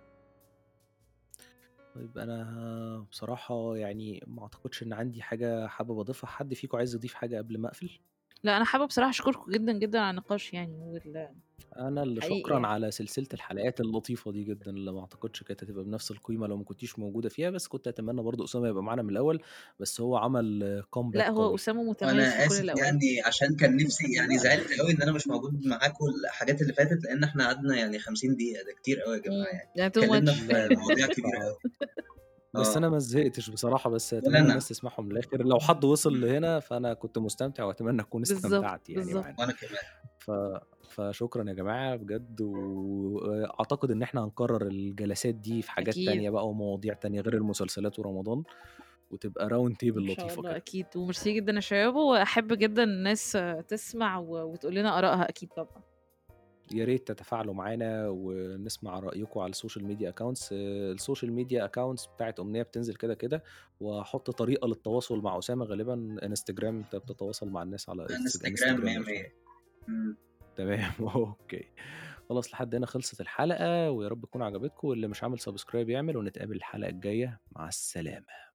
طيب أنا بصراحة يعني ما أعتقدش إن عندي حاجة حابب أضيفها، حد فيكم عايز يضيف حاجة قبل ما أقفل؟ لأ أنا حابة بصراحة أشكركم جدًا، جدًا على النقاش يعني وال أنا اللي حقيقي شكرًا يعني. على سلسلة الحلقات اللطيفة دي جدًا، اللي ما أعتقدش كانت هتبقى بنفس القيمة لو ما كنتيش موجودة فيها، بس كنت أتمنى برضه أسامة يبقى معانا من الأول، بس هو عمل comeback لأ هو قوي. أسامة متميز في وأنا كل آسف الأوقات. يعني عشان كان نفسي يعني لأ، زعلت أوي إن أنا مش موجود معاكم الحاجات اللي فاتت، لإن إحنا قعدنا يعني خمسين دقيقة، ده كتير أوي يا جماعة إمم، يعني، يعني too اتكلمنا much. في لا، لأ مواضيع كبيرة بصراحة أوي. بس آه، أنا ما زهقتش بصراحة، بس ولا أتمنى أنا. الناس تسمعهم للآخر، لو حد وصل لهنا فأنا كنت مستمتع وأتمنى أكون بالضبط، استمتعت يعني بالضبط. معانا. وأنا كمان. ف فشكرًا يا جماعة بجد، وأعتقد إن إحنا هنكرر الجلسات دي في حاجات أكيد. تانية بقى ومواضيع تانية غير المسلسلات ورمضان، وتبقى round table إن شاء لطيفة الله كده. أكيد، وميرسي جدًا يا شباب، وأحب جدًا الناس تسمع و وتقول لنا آرائها أكيد طبعًا. يا ريت تتفاعلوا معانا ونسمع رأيكم على السوشيال ميديا accounts. السوشيال ميديا accounts بتاعة أمنية بتنزل كده كده، وهاحط طريقة للتواصل مع أسامة غالبًا انستجرام، أنت بتتواصل مع الناس على إنست إنستجرام انستجرام مية، لو سمحت. مية. إمم. تمام أوكي. خلاص لحد هنا خلصت الحلقة، ويا رب تكون عجبتكم، واللي مش عامل سبسكرايب يعمل، ونتقابل الحلقة الجاية، مع السلامة.